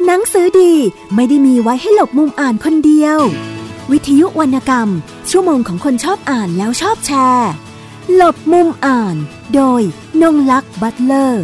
หนังสือดีไม่ได้มีไว้ให้หลบมุมอ่านคนเดียววิทยุวรรณกรรมชั่วโมงของคนชอบอ่านแล้วชอบแชร์หลบมุมอ่านโดยนงลักษณ์บัตเลอร์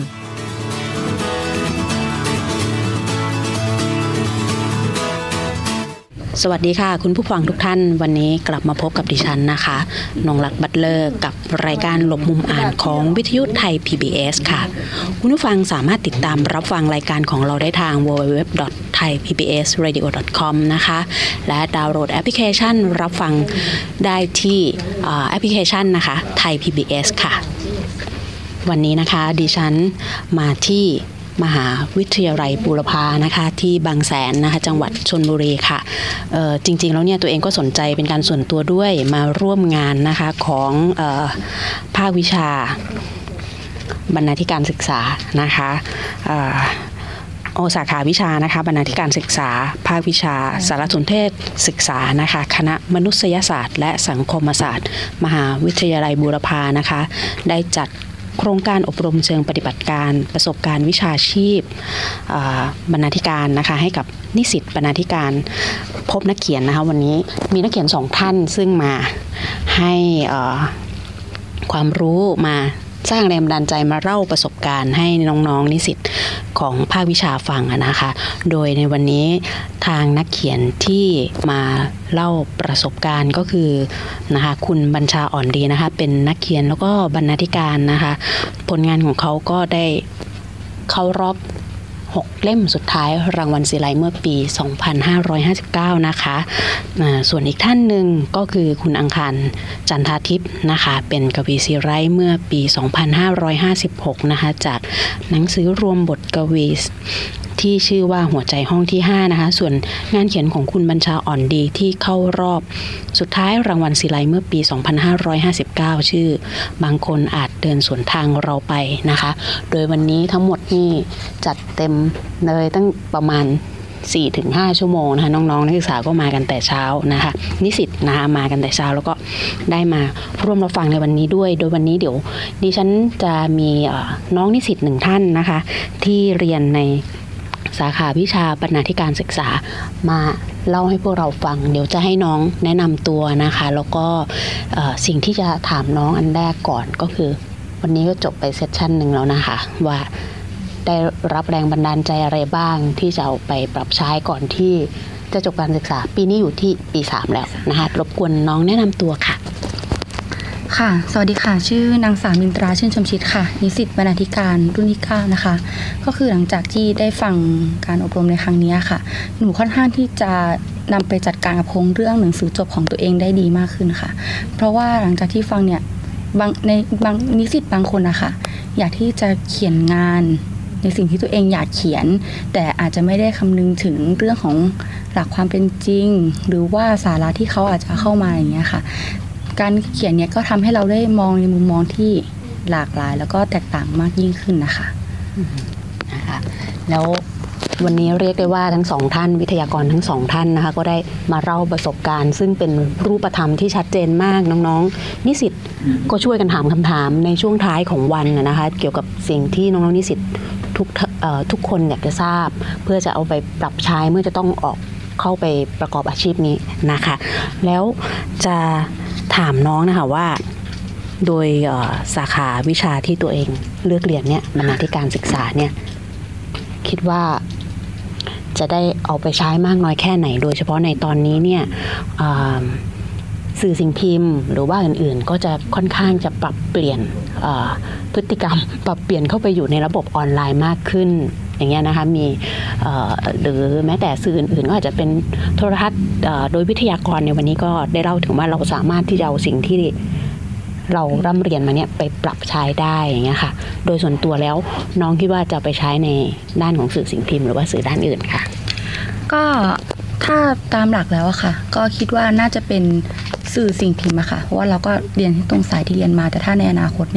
สวัสดีค่ะคุณผู้ฟังทุกท่านวันนี้กลับมาพบกับดิฉันนะคะนงลักษณ์บัตเลอร์กับรายการหลบมุมอ่านของวิทยุไทย PBS ค่ะคุณผู้ฟังสามารถติดตามรับฟังรายการของเราได้ทาง www.thaipbsradio.com นะคะและดาวน์โหลดแอปพลิเคชันรับฟังได้ที่แอปพลิเคชันนะคะไทย PBS ค่ะวันนี้นะคะดิฉันมาที่มหาวิทยาลัยบูรพานะคะที่บางแสนนะคะจังหวัดชลบุรีค่ะจริงๆแล้วเนี่ยตัวเองก็สนใจเป็นการส่วนตัวด้วยมาร่วมงานนะคะของภาควิชาบรรณาธิการศึกษานะคะสาขาวิชานะคะบรรณาธิการศึกษาภาควิชาสารสนเทศศึกษานะคะคณะมนุษยศาสตร์และสังคมศาสตร์มหาวิทยาลัยบูรพานะคะได้จัดโครงการอบรมเชิงปฏิบัติการประสบการณ์วิชาชีพบรรณาธิการนะคะให้กับนิสิตบรรณาธิการพบนักเขียนนะคะวันนี้มีนักเขียน2ท่านซึ่งมาให้ความรู้มาสร้างแรงบันดาลใจมาเล่าประสบการณ์ให้น้องๆนิสิตของภาควิชาฟังนะคะโดยในวันนี้ทางนักเขียนที่มาเล่าประสบการณ์ก็คือนะคะคุณบัญชาอ่อนดีนะคะเป็นนักเขียนแล้วก็บรรณาธิการนะคะผลงานของเขาก็ได้เข้ารอบ6เล่มสุดท้ายรางวัลศิไลเมื่อปี 2559 นะคะส่วนอีกท่านหนึ่งก็คือคุณอังคารจันทาทิพย์นะคะเป็นกวีศิไลเมื่อปี 2556 นะคะจากหนังสือรวมบทกวีที่ชื่อว่าหัวใจห้องที่5นะคะส่วนงานเขียนของคุณบัญชาอ่อนดีที่เข้ารอบสุดท้ายรางวัลศิไลเมื่อปี 2559 ชื่อบางคนอาจเดินสวนทางเราไปนะคะโดยวันนี้ทั้งหมดนี่จัดเต็มเลยตั้งประมาณ 4-5 ชั่วโมงนะคะน้องๆนักศึกษาก็มากันแต่เช้านะคะนิสิตนะคะมากันแต่เช้าแล้วก็ได้มาร่วมรับฟังในวันนี้ด้วยโดยวันนี้เดี๋ยวดิฉันจะมีน้องนิสิต1ท่านนะคะที่เรียนในสาขาวิชาบรรณาธิการศึกษามาเล่าให้พวกเราฟังเดี๋ยวจะให้น้องแนะนำตัวนะคะแล้วก็สิ่งที่จะถามน้องอันแรกก่อนก็คือวันนี้ก็จบไปเซสชั่นหนึ่งแล้วนะคะว่าได้รับแรงบันดาลใจอะไรบ้างที่จะเอาไปปรับใช้ก่อนที่จะจบการศึกษาปีนี้อยู่ที่ปี3แล้วนะคะรบกวนน้องแนะนำตัวค่ะค่ะสวัสดีค่ะชื่อนางสาวมินตราชื่นชมชิดค่ะนิสิตบรรณาธิการรุ่นที่9นะคะก็คือหลังจากที่ได้ฟังการอบรมในครั้งนี้ค่ะหนูค่อนข้างที่จะนำไปจัดการกับโครงเรื่องหนังสือจบของตัวเองได้ดีมากขึ้นค่ะเพราะว่าหลังจากที่ฟังเนี่ยบางนิสิตบางคนนะคะอยากที่จะเขียนงานในสิ่งที่ตัวเองอยากเขียนแต่อาจจะไม่ได้คำนึงถึงเรื่องของหลักความเป็นจริงหรือว่าสาระที่เขาอาจจะเข้ามาอย่างเงี้ยค่ะการเขียนเนี่ยก็ทำให้เราได้มองในมุมมองที่หลากหลายแล้วก็แตกต่างมากยิ่งขึ้นนะคะแล้ววันนี้เรียกได้ว่าทั้ง2ท่านวิทยากรทั้ง2ท่านนะคะก็ได้มาเล่าประสบการณ์ซึ่งเป็นรูปธรรมที่ชัดเจนมากน้องๆนิสิตก็ช่วยกันถามคำถามในช่วงท้ายของวันนะคะเกี่ยวกับสิ่งที่น้องๆนิสิตทุกคนอยากจะทราบเพื่อจะเอาไปปรับใช้เมื่อจะต้องออกเข้าไปประกอบอาชีพนี้นะคะแล้วจะถามน้องนะคะว่าโดยสาขาวิชาที่ตัวเองเลือกเรียนเนี่ยบรรณาธิการศึกษาเนี่ยคิดว่าจะได้เอาไปใช้มากน้อยแค่ไหนโดยเฉพาะในตอนนี้เนี่ยสื่อสิ่งพิมพ์หรือว่าอื่นๆก็จะค่อนข้างจะปรับเปลี่ยนพฤติกรรมปรับเปลี่ยนเข้าไปอยู่ในระบบออนไลน์มากขึ้นอย่างเงี้ยนะคะมีหรือแม้แต่สื่ออื่นๆก็อาจจะเป็นโทรทัศน์โดยวิทยากรในวันนี้ก็ได้เล่าถึงว่าเราสามารถที่จะเอาสิ่งที่เราร่ำเรียนมาเนี่ยไปปรับใช้ได้อย่างเงี้ยค่ะโดยส่วนตัวแล้วน้องคิดว่าจะไปใช้ในด้านของสื่อสิ่งพิมพ์หรือว่าสื่อด้านอื่นค่ะก็ถ้าตามหลักแล้วอะค่ะก็คิดว่าน่าจะเป็นสื่อสิ่งพิมพ์อะค่ะเพราะว่าเราก็เรียนที่ตรงสายที่เรียนมาแต่ถ้าในอนาคตเนี่ย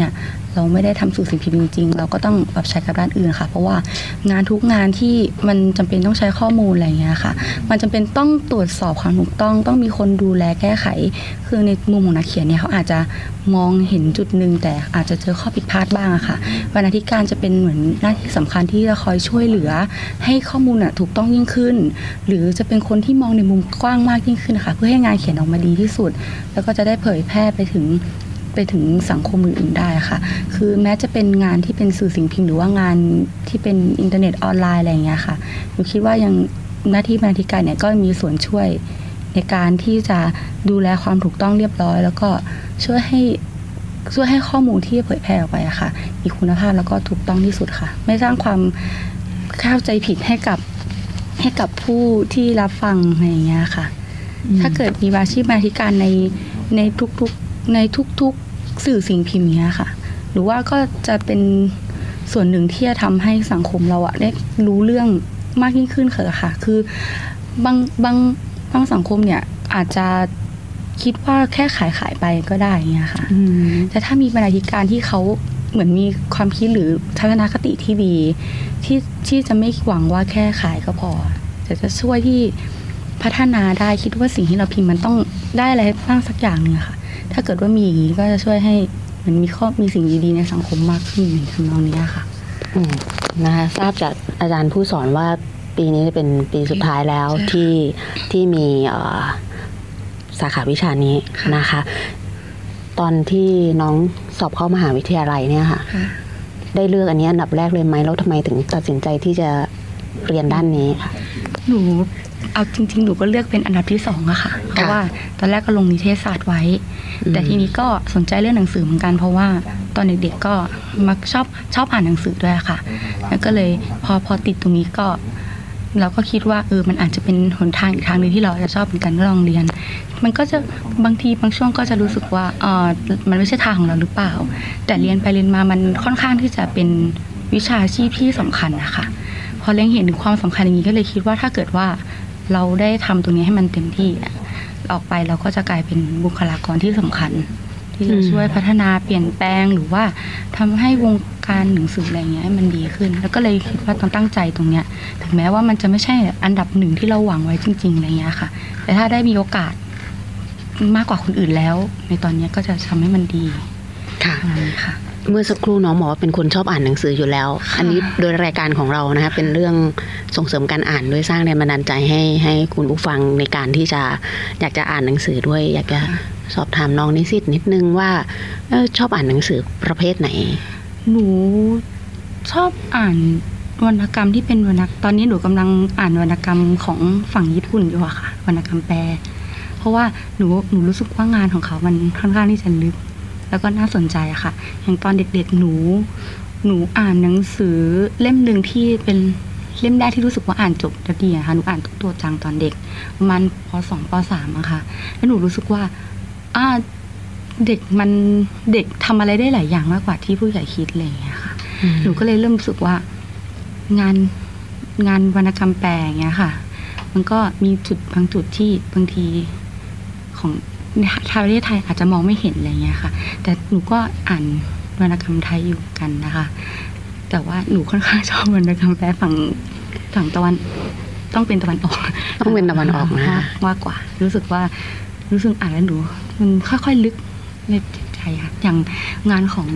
เราไม่ได้ทำสื่อสิ่งพิมพ์จริงๆเราก็ต้องปรับใช้กับด้านอื่นค่ะเพราะว่างานทุกงานที่มันจำเป็นต้องใช้ข้อมูลอะไรอย่างเงี้ยค่ะมันจำเป็นต้องตรวจสอบความถูกต้องมีคนดูแลแก้ไขคือในมุมของนักเขียนเนี่ยเขาอาจจะมองเห็นจุดนึงแต่อาจจะเจอข้อผิดพลาดบ้างอะค่ะบรรณาธิการจะเป็นเหมือนหน้าที่สำคัญที่จะคอยช่วยเหลือให้ข้อมูลถูกต้องยิ่งขึ้นหรือจะเป็นคนที่มองในมุมกว้างมากยิ่งขึ้นค่ะเพื่อให้งานเขียนออกมาดีที่สุดแล้วก็จะได้เผยแพร่ไปถึงสังคมอื่นๆได้ค่ะคือแม้จะเป็นงานที่เป็นสื่อสิ่งพิมพ์หรือว่างานที่เป็นอินเทอร์เน็ตออนไลน์อะไรอย่างเงี้ยค่ะหนูคิดว่ายังหน้าที่บรรณาธิการเนี่ยก็มีส่วนช่วยในการที่จะดูแลความถูกต้องเรียบร้อยแล้วก็ช่วยให้ข้อมูลที่เผยแพร่ออกไปอะค่ะมีคุณภาพแล้วก็ถูกต้องที่สุดค่ะไม่สร้างความเข้าใจผิดให้กับผู้ที่รับฟังอะไรอย่างเงี้ยค่ะถ้าเกิดมีอาชีพบรรณาธิการในทุกสื่อสิ่งพิมพ์เนี้ยค่ะหรือว่าก็จะเป็นส่วนหนึ่งที่จะทำให้สังคมเราอะได้รู้เรื่องมากยิ่งขึ้นค่ะคือบางสังคมเนี่ยอาจจะคิดว่าแค่ขายไปก็ได้เงี้ยค่ะแต่ถ้ามีบรรณาธิการที่เขาเหมือนมีความคิดหรือทัศนคติที่ดีที่จะไม่หวังว่าแค่ขายก็พอแต่จะช่วยที่พัฒนาได้คิดว่าสิ่งที่เราพิมพ์มันต้องได้อะไรบ้างสักอย่างนึงค่ะถ้าเกิดว่ามีอย่างนี้ก็จะช่วยให้มันมีสิ่งดีๆในสังคมมากขึ้นในทำนองนี้ค่ะนะคะทราบจากอาจารย์ผู้สอนว่าปีนี้เป็นปีสุดท้ายแล้วที่มีสาขาวิชานี้นะคะตอนที่น้องสอบเข้ามหาวิทยาลัยเนี่ยค่ะได้เลือกอันนี้อันดับแรกเลยไหมแล้วทำไมถึงตัดสินใจที่จะเรียนด้านนี้ค่ะหนูเอาจริงๆหนูก็เลือกเป็นอันดับที่2อะค่ะเพราะว่าตอนแรกก็ลงนิเทศศาสตร์ไว้แต่ทีนี้ก็สนใจเรื่องหนังสือเหมือนกันเพราะว่าตอนเด็กๆก็มักชอบอ่านหนังสือด้วยค่ะแล้วก็เลยพอติดตรงนี้ก็เราก็คิดว่ามันอาจจะเป็นหนทางอีกทางนึงที่เราจะชอบเหมือนกันก็ลองเรียนมันก็จะบางช่วงก็จะรู้สึกว่ามันไม่ใช่ทางของเราหรือเปล่าแต่เรียนไปเรียนมามันค่อนข้างที่จะเป็นวิชาชีพที่สำคัญนะคะพอเล็งเห็นถึงความสำคัญอย่างนี้ก็เลยคิดว่าถ้าเกิดว่าเราได้ทำตรงนี้ให้มันเต็มที่ออกไปเราก็จะกลายเป็นบุคลากรที่สำคัญที่จะช่วยพัฒนาเปลี่ยนแปลงหรือว่าทำให้วงการหนังสืออะไรเงี้ยมันดีขึ้นแล้วก็เลยคิดว่าต้องตั้งใจตรงเนี้ยถึงแม้ว่ามันจะไม่ใช่อันดับหนึ่งที่เราหวังไว้จริงๆอะไรเงี้ยค่ะแต่ถ้าได้มีโอกาสมากกว่าคนอื่นแล้วในตอนนี้ก็จะทำให้มันดีค่ะเมื่อสักครู่น้องบอกว่าเป็นคนชอบอ่านหนังสืออยู่แล้วอันนี้โดยรายการของเรานะคะเป็นเรื่องส่งเสริมการอ่านด้วยสร้างแรงบันดาลใจให้คุณผู้ฟังในการที่จะอยากจะอ่านหนังสือด้วยอยากจะสอบถามน้องนิสิตนิดนึงว่าชอบอ่านหนังสือประเภทไหนหนูชอบอ่านวรรณกรรมที่เป็นตอนนี้หนูกำลังอ่านวรรณกรรมของฝั่งญี่ปุ่นอยู่อะค่ะวรรณกรรมแปลเพราะว่าหนูรู้สึกว่างานของเขามันค่อนข้างที่จะลึกแล้วก็น่าสนใจอะค่ะอย่างตอนเด็กๆหนูอ่านหนังสือเล่มนึงที่เป็นเล่มแรกที่รู้สึกว่าอ่านจบแล้วดีอะค่ะหนูอ่านตัวจังตอนเด็กประมาณป.2 ป.3 อะค่ะแล้วหนูรู้สึกว่าเด็กทำอะไรได้หลายอย่างมากกว่าที่ผู้ใหญ่คิดอะไรอย่างเงี้ยค่ะหนูก็เลยเริ่มรู้สึกว่างานวรรณกรรมแปลอย่างเงี้ยค่ะมันก็มีจุดบางจุดที่บางทีของชาวประเทศไทยอาจจะมองไม่เห็นอะไรเงี้ยค่ะแต่หนูก็อ่านวรรณกรรมไทยอยู่กันนะคะแต่ว่าหนูค่อนข้างชอบวรรณกรรมแปลฝั่งตะวันต้องเป็นตะวันออกต้องเป็นตะวันออกนะมากกว่ารู้สึกอ่านแล้วหนูมันค่อยๆลึกในจิตใจค่ะอย่างงานของ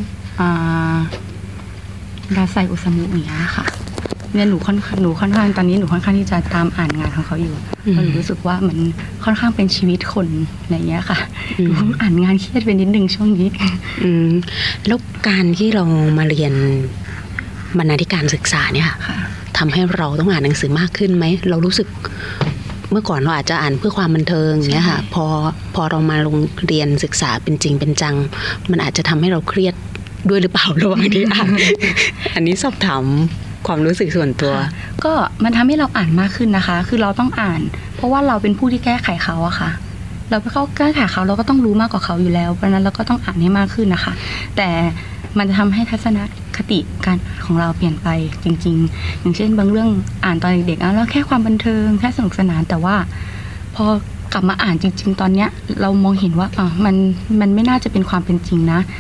ดาไซโอซามุอย่างเงี้ยค่ะเนี่ยหนูค่อนข้างตอนนี้หนูค่อนข้างที่จะตามอ่านงานของเขาอยู่เพราะหนูรู้สึกว่ามันค่อนข้างเป็นชีวิตคนอะไรเงี้ยค่ะหนูอ่านงานเครียดไปนิดนึงช่วงนี้แล้วการที่เรามาเรียนบรรณาธิการศึกษาเนี่ยค่ะทำให้เราต้องอ่านหนังสือมากขึ้นไหมเรารู้สึกเมื่อก่อนเราอาจจะอ่านเพื่อความบันเทิงเงี้ยค่ะพอเรามาลงเรียนศึกษาเป็นจริงเป็นจังมันอาจจะทำให้เราเครียดด้วยหรือเปล่าระหว่างที่อ่าน อันนี้สอบถามความรู้สึกส่วนตัวก็มันทำให้เราอ่านมากขึ้นนะคะคือเราต้องอ่านเพราะว่าเราเป็นผู้ที่แก้ไขเขาอะค่ะเราไปเข้าแก้ไขเขาเราก็ต้องรู้มากกว่าเขาอยู่แล้วเพราะนั้นเราก็ต้องอ่านให้มากขึ้นนะคะแต่มันจะทำให้ทัศนคติการของเราเปลี่ยนไปจริงๆอย่างเช่นบางเรื่องอ่านตอนเด็กๆแล้วแค่ความบันเทิงแค่สนุกสนานแต่ว่าพอกลับมาอ่านจริงๆตอนเนี้ยเรามองเห็นว่ามันไม่น่าจะเป็นความเป็นจริงนะ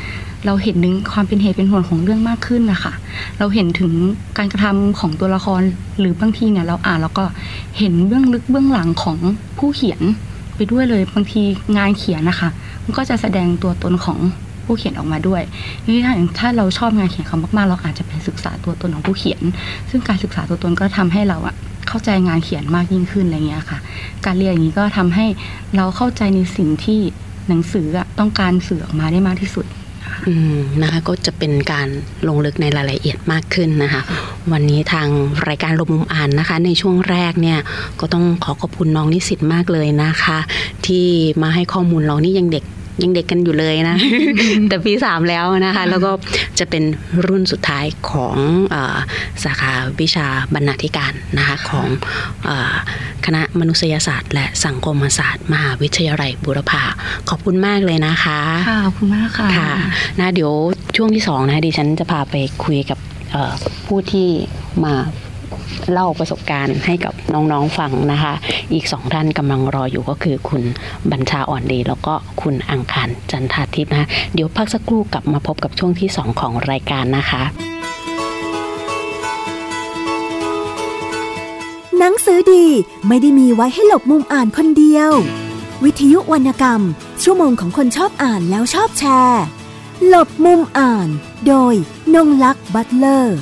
เราเห็นถึงความเป็นเหตุเป็นผลของเรื่องมากขึ้นนะคะเราเห็นถึงการกระทำของตัวละครหรือบางทีเนี่ยเราอ่านแล้วก็เห็นเบื้องลึกเบื้องหลังของผู้เขียนไปด้วยเลยบางทีงานเขียนนะคะมันก็จะแสดงตัวตนของผู้เขียนออกมาด้วยนี่ถ้าเราชอบงานเขียนเขามากๆเราอาจจะไปศึกษาตัวตนของผู้เขียนซึ่งการศึกษาตัวตนก็ทำให้เราเข้าใจงานเขียนมากยิ่งขึ้นอะไรเงี้ยค่ะการเรียนอย่างนี้ก็ทำให้เราเข้าใจในสิ่งที่หนังสือต้องการสื่อออกมาได้มากที่สุดนะคะก็จะเป็นการลงลึกในรายละเอียดมากขึ้นนะคะวันนี้ทางรายการลมมุมอ่านนะคะในช่วงแรกเนี่ยก็ต้องขอขอบคุณน้องนิสิตมากเลยนะคะที่มาให้ข้อมูลเรานี่ยังเด็กกันอยู่เลยนะ แต่ปี 3แล้วนะคะแล้วก็จะเป็นรุ่นสุดท้ายของสาขาวิชาบรรณาธิการนะคะของคณะมนุษยศาสตร์และสังคมศาสตร์มหาวิทยาลัยบูรพาขอบคุณมากเลยนะคะค่ะขอบคุณมากค่ะค่ะนะเดี๋ยวช่วงที่2นะดิฉันจะพาไปคุยกับผู้ที่มาเล่าประสบการณ์ให้กับน้องๆฟังนะคะอีก2ท่านกำลังรออยู่ก็คือคุณบัญชาอ่อนดีแล้วก็คุณอังคารจันทาทิพย์นะคะเดี๋ยวพักสักครู่กลับมาพบกับช่วงที่2ของรายการนะคะหนังสือดีไม่ได้มีไว้ให้หลบมุมอ่านคนเดียววิทยุวรรณกรรมชั่วโมงของคนชอบอ่านแล้วชอบแชร์หลบมุมอ่านโดยนงลักษณ์บัตเลอร์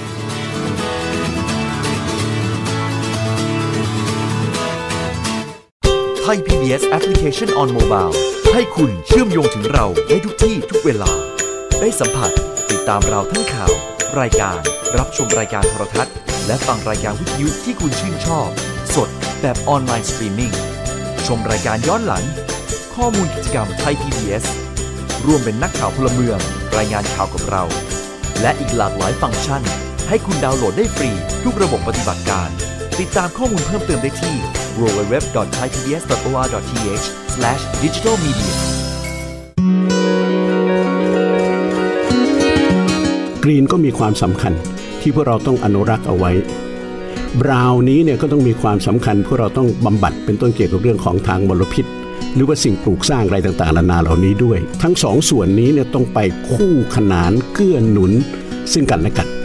ไทย PBS Application on Mobile ให้คุณเชื่อมโยงถึงเราได้ทุกที่ทุกเวลาได้สัมผัสติดตามเราทั้งข่าวรายการรับชมรายการโทรทัศน์และฟังรายการวิทยุที่คุณชื่นชอบสดแบบออนไลน์สตรีมมิ่งชมรายการย้อนหลังข้อมูลกิจกรรมไทย PBS ร่วมเป็นนักข่าวพลเมืองรายงานข่าวกับเราและอีกหลากหลายฟังก์ชันให้คุณดาวน์โหลดได้ฟรีทุกระบบปฏิบัติการติดตามข้อมูลเพิ่มเติมได้ที่ www.thaipbs.or.th/digitalmedia กรีนก็มีความสำคัญที่พวกเราต้องอนุรักษ์เอาไว้บราวน์นี้เนี่ยก็ต้องมีความสำคัญพวกเราต้องบำบัดเป็นต้นเกี่ยวกับเรื่องของทางมลพิษหรือว่าสิ่งปลูกสร้างอะไรต่างๆนานาเหล่านี้ด้วยทั้งสองส่วนนี้เนี่ยต้องไปคู่ขนานเกื้อหนุนซึ่งกันและกัน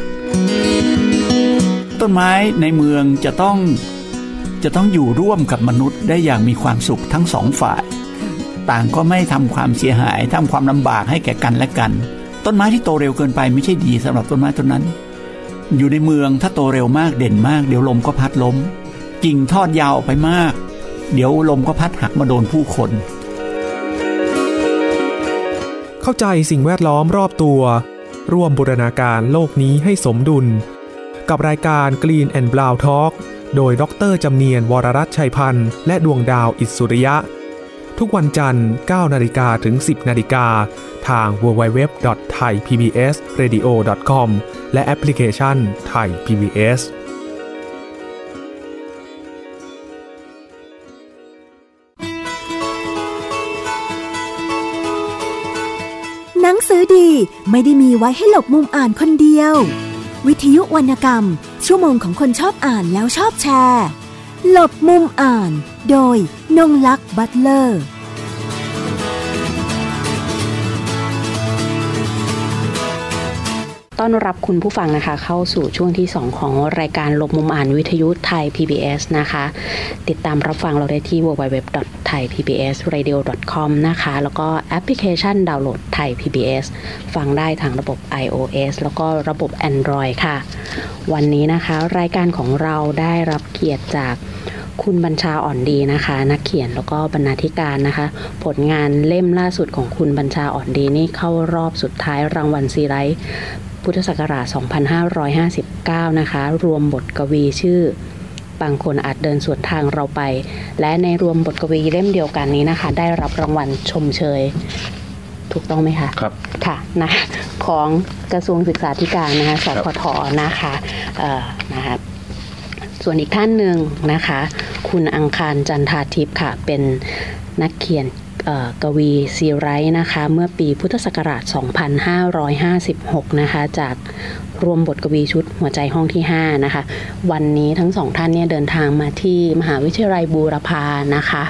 ต้นไม้ในเมืองจะต้องอยู่ร่วมกับมนุษย์ได้อย่างมีความสุขทั้งสองฝ่ายต่างก็ไม่ทำความเสียหายทำความลำบากให้แก่กันและกันต้นไม้ที่โตเร็วเกินไปไม่ใช่ดีสำหรับต้นไม้ต้นนั้นอยู่ในเมืองถ้าโตเร็วมากเด่นมากเดี๋ยวลมก็พัดล้มกิ่งทอดยาวออกไปมากเดี๋ยวลมก็พัดหักมาโดนผู้คนเข้าใจสิ่งแวดล้อมรอบตัวร่วมบูรณาการโลกนี้ให้สมดุลกับรายการ Green and Brown Talk โดยดร.จำเนียนวรรัตน์ชัยพันธ์และดวงดาวอิสุริยะทุกวันจันทร์ 9:00 นถึง 10:00 นทาง www.thaipbsradio.com และแอปพลิเคชัน Thai PBS หนังสือดีไม่ได้มีไว้ให้หลบมุมอ่านคนเดียววิทยุวรรณกรรมชั่วโมงของคนชอบอ่านแล้วชอบแชร์หลบมุมอ่านโดยนงลักษณ์บัตเลอร์ต้อนรับคุณผู้ฟังนะคะเข้าสู่ช่วงที่2ของรายการหลบมุมอ่านวิทยุไทย PBS นะคะติดตามรับฟังเราได้ที่ www.thaipbsradio.com นะคะแล้วก็แอปพลิเคชันดาวน์โหลดไทย PBS ฟังได้ทางระบบ iOS แล้วก็ระบบ Android ค่ะวันนี้นะคะรายการของเราได้รับเกียรติจากคุณบัญชาอ่อนดีนะคะนักเขียนแล้วก็บรรณาธิการนะคะผลงานเล่มล่าสุดของคุณบัญชาอ่อนดีนี่เข้ารอบสุดท้ายรางวัลซีไรต์พุทธศักราช 2559 นะคะรวมบทกวีชื่อบางคนอาจเดินสวนทางเราไปและในรวมบทกวีเล่มเดียวกันนี้นะคะได้รับรางวัลชมเชยถูกต้องไหมคะครับค่ะนะของกระทรวงศึกษาธิการนะคะสพทนะคะนะคะส่วนอีกท่านหนึ่งนะคะคุณอังคารจันทาทิพย์ค่ะเป็นนักเขียนกวีซีไรต์นะคะเมื่อปีพุทธศักราช 2556 นะคะจากรวมบทกวีชุดหัวใจห้องที่5นะคะวันนี้ทั้งสองท่านเนี่ยเดินทางมาที่มหาวิทยาลัยบูรพานะคะ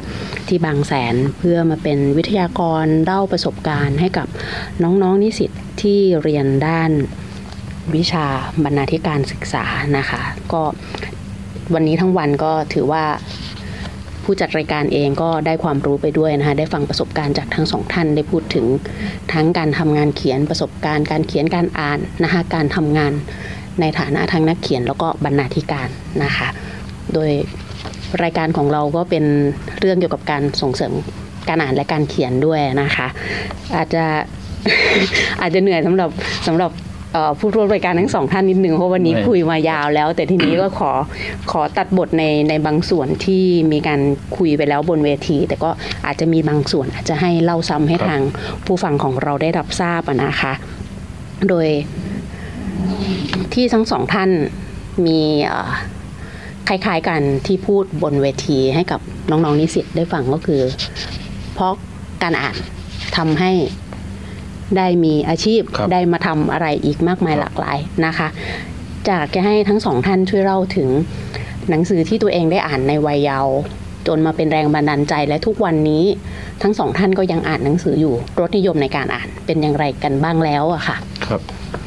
ที่บางแสนเพื่อมาเป็นวิทยากรเล่าประสบการณ์ให้กับน้องๆนิสิตที่เรียนด้านวิชาบรรณาธิการศึกษานะคะก็วันนี้ทั้งวันก็ถือว่าผู้จัดรายการเองก็ได้ความรู้ไปด้วยนะคะได้ฟังประสบการณ์จากทั้งสองท่านได้พูดถึงทั้งการทำงานเขียนประสบการณ์การเขียนการอ่านนะคะการทำงานในฐานะทั้งนักเขียนแล้วก็บรรณาธิการนะคะโดยรายการของเราก็เป็นเรื่องเกี่ยวกับการส่งเสริมการอ่านและการเขียนด้วยนะคะอาจจะเหนื่อยสำหรับผู้ร่วมรายการทั้งสองท่านนิดนึงเพราะวันนี้คุยมายาวแล้วแต่ทีนี้ก็ขอตัดบทในบางส่วนที่มีการคุยไปแล้วบนเวทีแต่ก็อาจจะมีบางส่วนอาจจะให้เล่าซ้ำให้ทางผู้ฟังของเราได้รับทราบนะคะโดยที่ทั้งสองท่านมีคล้ายๆกันที่พูดบนเวทีให้กับน้องๆนิสิตได้ฟังก็คือเพราะการอ่านทำให้ได้มีอาชีพได้มาทำอะไรอีกมากมายหลากหลายนะคะจากจะให้ทั้งสองท่านช่วยเล่าถึงหนังสือที่ตัวเองได้อ่านในวัยเยาว์จนมาเป็นแรงบันดาลใจและทุกวันนี้ทั้งสองท่านก็ยังอ่านหนังสืออยู่รสนิยมในการอ่านเป็นอย่างไรกันบ้างแล้วอะค่ะครับ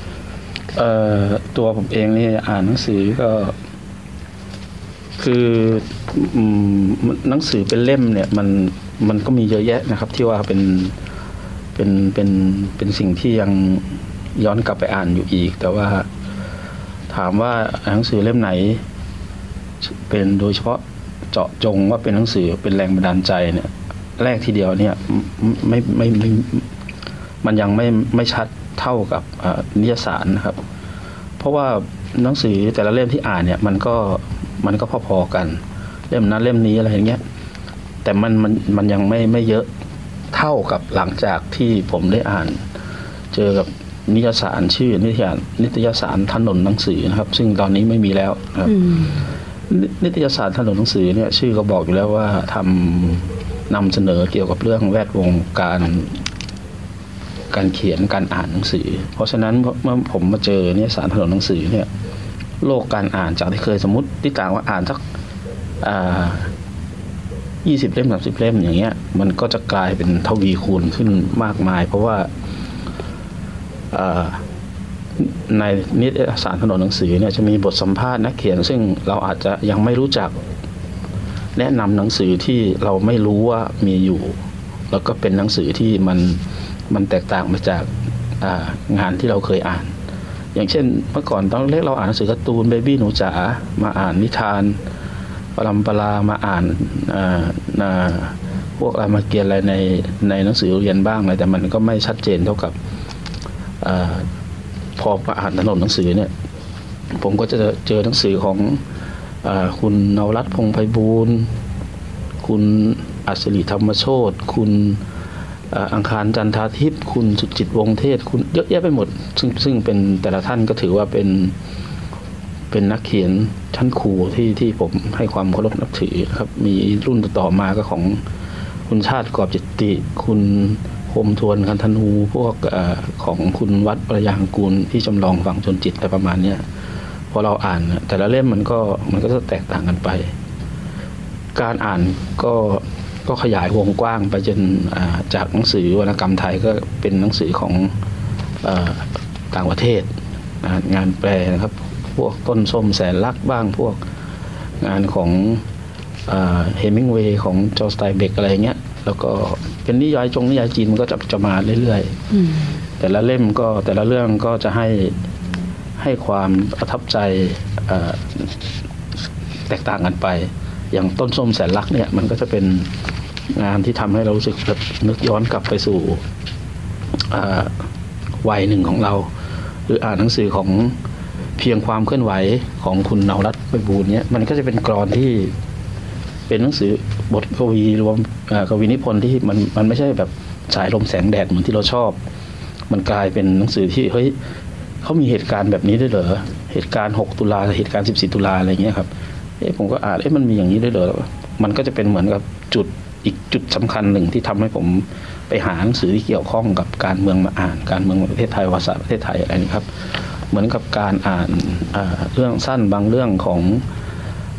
ตัวผมเองนี่อ่านหนังสือก็คือหนังสือเป็นเล่มเนี่ยมันก็มีเยอะแยะนะครับที่ว่าเป็นสิ่งที่ยังย้อนกลับไปอ่านอยู่อีกแต่ว่าถามว่าหนังสือเล่มไหนเป็นโดยเฉพาะเจาะจงว่าเป็นหนังสือเป็นแรงบันดาลใจเนี่ยแรกทีเดียวเนี่ยไม่มันยังไม่ชัดเท่ากับนิยสารนะครับเพราะว่าหนังสือแต่ละเล่มที่อ่านเนี่ยมันก็พอๆกันเล่มนั้นเล่มนี้อะไรอย่างเงี้ยแต่มันยังไม่เยอะเท่ากับหลังจากที่ผมได้อ่านเจอกับนิตยสารชื่อนิตยสารถนนหนังสือนะครับซึ่งตอนนี้ไม่มีแล้วนะครับนิตยสารถนนหนังสือเนี่ยชื่อก็บอกอยู่แล้วว่านำเสนอเกี่ยวกับเรื่องแวดวงการเขียนการอ่านหนังสือเพราะฉะนั้นเมื่อผมมาเจอนิตยสารถนนหนังสือเนี่ยโลกการอ่านจากที่เคยสมมติที่ต่างว่าอ่านสัก20 เล่ม 30 เล่มอย่างเงี้ยมันก็จะกลายเป็นทวีคูณขึ้นมากมายเพราะว่าในนิตยสารถนนหนังสือเนี่ยจะมีบทสัมภาษณ์นักเขียนซึ่งเราอาจจะยังไม่รู้จักแนะนำหนังสือที่เราไม่รู้ว่ามีอยู่แล้วก็เป็นหนังสือที่มันแตกต่างมาจากงานที่เราเคยอ่านอย่างเช่นเมื่อก่อนตอนเล็กเราอ่านหนังสือการ์ตูนเบบี้หนูจ๋ามาอ่านนิทานปรัมปรามาอ่านพวกรามเกียรติอะไรในหนังสือเรียนบ้างเลยแต่มันก็ไม่ชัดเจนเท่ากับพอมาอ่านถนนหนังสือเนี่ยผมก็จะเจอหนังสือของคุณนวรัตน์พงษ์ไพบูลย์คุณอัศรีธรรมโชติคุณอังคารจันทาทิพย์คุณสุจิตวงศ์เทศคุณเยอะแยะไปหมดซึ่งเป็นแต่ละท่านก็ถือว่าเป็นนักเขียนชั้นครูที่ผมให้ความเคารพนับถือครับมีรุ่นต่อมาก็ของคุณชาติกอบจิตติคุณคมทวนคันธนูพวกของคุณวัดประยางกูลที่จำลองฝังชนจิตอะไรประมาณนี้พอเราอ่านแต่ละเล่มมันก็จะแตกต่างกันไปการอ่านก็ขยายวงกว้างไปจนจากหนังสือวรรณกรรมไทยก็เป็นหนังสือของต่างประเทศงานแปลนะครับพวกต้นส้มแสนรักบ้างพวกงานของเฮมิงเวย์ของจอร์จ สไตน์เบกอะไรเงี้ยแล้วก็เป็นนิยายจีนมันก็จะมาเรื่อยๆแต่ละเล่มก็แต่ละเรื่องก็จะให้ความประทับใจแตกต่างกันไปอย่างต้นส้มแสนรักเนี่ยมันก็จะเป็นงานที่ทำให้เรารู้สึกนึกย้อนกลับไปสู่วัยหนึ่งของเราหรืออ่านหนังสือของเพียงความเคลื่อนไหวของคุณนวรัตน์ไพบูลย์เนี่ยมันก็จะเป็นกลอนที่เป็นหนังสือบทกวีรวมกวีนิพนธ์ที่มันไม่ใช่แบบฉายลมแสงแดดเหมือนที่เราชอบมันกลายเป็นหนังสือที่เฮ้ยเขามีเหตุการณ์แบบนี้ด้วยเหรอเหตุการณ์6 ตุลาเหตุการณ์14 ตุลาอะไรเงี้ยครับผมก็อ่านมันมีอย่างนี้ด้วยเหรอมันก็จะเป็นเหมือนกับอีกจุดสำคัญหนึ่งที่ทำให้ผมไปหาหนังสือที่เกี่ยวข้องกับการเมืองมาอ่านการเมืองประเทศไทยประวัติศาสตร์ประเทศไทยอะไรนี่ครับเหมือนกับการอ่านเรื่องสั้นบางเรื่องของ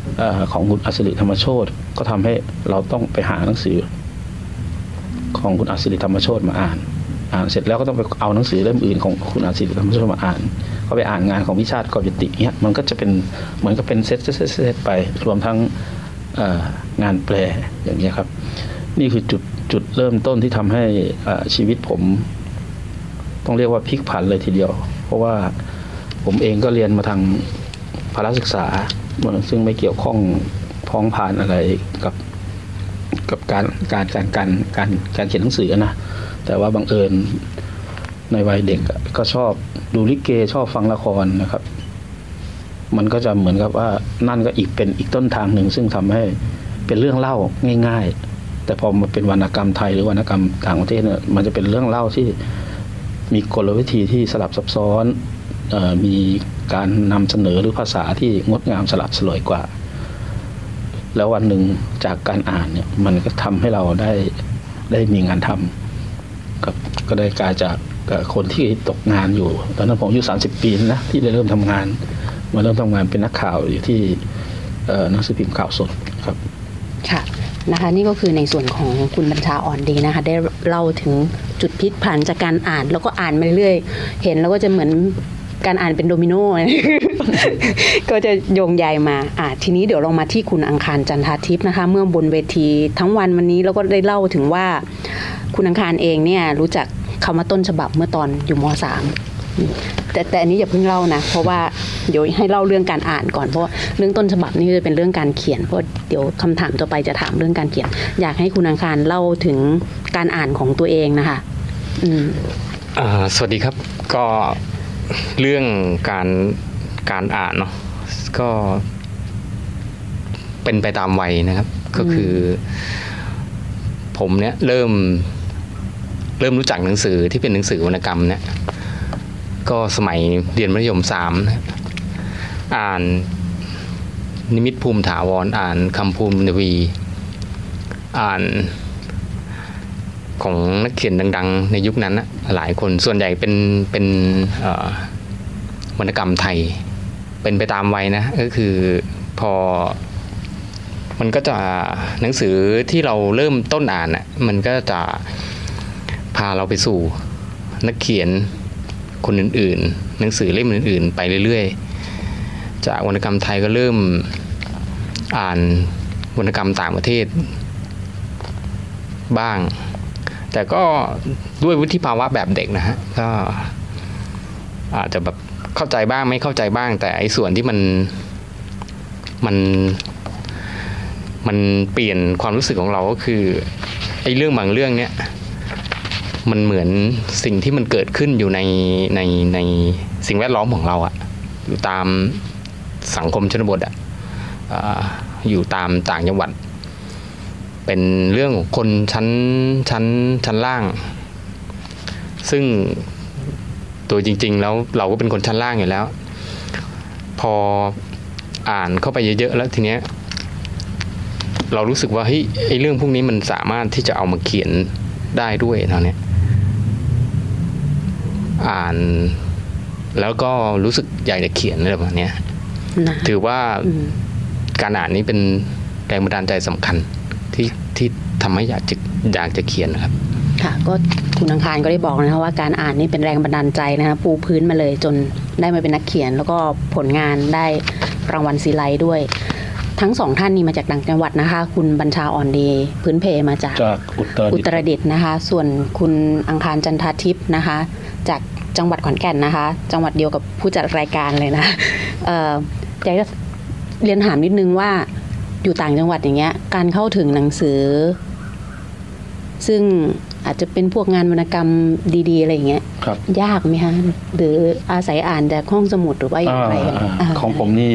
ของคุณอัศริธรรมโชติก็ทำให้เราต้องไปหาหนังสือของคุณอัศริธรรมโชติมาอ่านเสร็จแล้วก็ต้องไปเอาหนังสือเล่มอื่นของคุณอัศริธรรมโชติมาอ่านก็ไปอ่านงานของวิชาติกรยติเนี้ยมันก็จะเป็นเหมือนกับเป็นเซตไปรวมทั้งงานแปลอย่างนี้ครับนี่คือจุดเริ่มต้นที่ทำให้ชีวิตผมต้องเรียกว่าพลิกผันเลยทีเดียวเพราะว่าผมเองก็เรียนมาทางพละศึกษาซึ่งไม่เกี่ยวข้องพ้องผ่านอะไรกับการเขียนหนังสือนะแต่ว่าบังเอิญในวัยเด็กก็ชอบดูลิเกชอบฟังละครนะครับมันก็จะเหมือนกับว่านั่นก็เป็นอีกต้นทางหนึ่งซึ่งทำให้เป็นเรื่องเล่าง่ายๆแต่พอมาเป็นวรรณกรรมไทยหรือวรรณกรรมต่างประเทศเนี่ยมันจะเป็นเรื่องเล่าที่มีกลวิธีที่สลับซับซ้อนมีการนำเสนอหรือภาษาที่งดงามสลับสลวยกว่าแล้ววันหนึ่งจากการอ่านเนี่ยมันก็ทำให้เราได้มีงานทำก็ได้กลายจากคนที่ตกงานอยู่ตอนนั้นผมอายุ30 ปีนะที่ได้เริ่มทำงานมาเริ่มทำงานเป็นนักข่าวอยู่ที่หนังสือพิมพ์ข่าวสดครับค่ะนะคะนี่ก็คือในส่วนของคุณบัญชาอ่อนดีนะคะได้เล่าถึงจุดพลิกผันจากการอ่านแล้วก็อ่านมาเรื่อยๆเห็นแล้วก็จะเหมือนการอ่านเป็นโดมิโน ก็จะโยงใยมาทีนี้เดี๋ยวลงมาที่คุณอังคารจันทาทิพย์นะคะเมื่อบนเวทีทั้งวันวันนี้แล้วก็ได้เล่าถึงว่าคุณอังคารเองเนี่ยรู้จักคำว่าต้นฉบับเมื่อตอนอยู่ม.3 แต่อันนี้อย่าเพิ่งเล่านะเพราะว่าเดี๋ยวให้เล่าเรื่องการอ่านก่อนเพราะเรื่องต้นฉบับนี่จะเป็นเรื่องการเขียนเพราะเดี๋ยวคำถามต่อไปจะถามเรื่องการเขียนอยากให้คุณอังคารเล่าถึงการอ่านของตัวเองนะคะสวัสดีครับก็เรื่องการอ่านเนาะก็เป็นไปตามวัยนะครับก็คือผมเนี่ยเริ่มรู้จักหนังสือที่เป็นหนังสือวรรณกรรมเนี่ยก็สมัยเรียนมัธยม3นะอ่านนิมิตภูมิถาวรอ่านคำภูมินวีอ่านของนักเขียนดังๆในยุคนั้นนะหลายคนส่วนใหญ่เป็นวรรณกรรมไทยเป็นไปตามวัยนะก็คือพอมันก็จะหนังสือที่เราเริ่มต้นอ่านน่ะมันก็จะพาเราไปสู่นักเขียนคนอื่นๆหนังสือเล่มอื่นๆไปเรื่อยๆจากวรรณกรรมไทยก็เริ่มอ่านวรรณกรรมต่างประเทศบ้างแต่ก็ด้วยวุฒิภาวะแบบเด็กนะฮะก็อาจจะแบบเข้าใจบ้างไม่เข้าใจบ้างแต่ไอ้ส่วนที่มันเปลี่ยนความรู้สึกของเราก็คือไอ้เรื่องบางเรื่องเนี้ยมันเหมือนสิ่งที่มันเกิดขึ้นอยู่ในสิ่งแวดล้อมของเราอะอยู่ตามสังคมชนบทอะอยู่ตามต่างจังหวัดเป็นเรื่องของคนชั้นล่างซึ่งตัวจริงๆแล้วเราก็เป็นคนชั้นล่างอยู่แล้วพออ่านเข้าไปเยอะๆแล้วทีเนี้ยเรารู้สึกว่าเฮ้ยไอ้เรื่องพวกนี้มันสามารถที่จะเอามาเขียนได้ด้วยเท่านี้อ่านแล้วก็รู้สึกอยากจะเขียนอะไรแบบนี้ถือว่าการอ่านนี้เป็นแรงบันดาลใจสำคัญที่ทำให้อยากจะเขียนนะครับค่ะก็คุณอังคารก็ได้บอกนะคะว่าการอ่านนี่เป็นแรงบันดาลใจนะคะปูพื้นมาเลยจนได้มาเป็นนักเขียนแล้วก็ผลงานได้รางวัลซีไลท์ด้วยทั้งสองท่านนี้มาจากต่างจังหวัดนะคะคุณบัญชาอ่อนดีพื้นเพมาจากอุตรดิตถ์นะคะส่วนคุณอังคารจันทาทิพย์นะคะจากจังหวัดขอนแก่นนะคะจังหวัดเดียวกับผู้จัดรายการเลยนะอยากจะเรียนถามนิดนึงว่าอยู่ต่างจังหวัดอย่างเงี้ยการเข้าถึงหนังสือซึ่งอาจจะเป็นพวกงานวรรณกรรมดีๆอะไรอย่างเงี้ยยากไหมคะหรืออาศัยอ่านจากห้องสมุดหรือว่าอย่างไรของผมนี่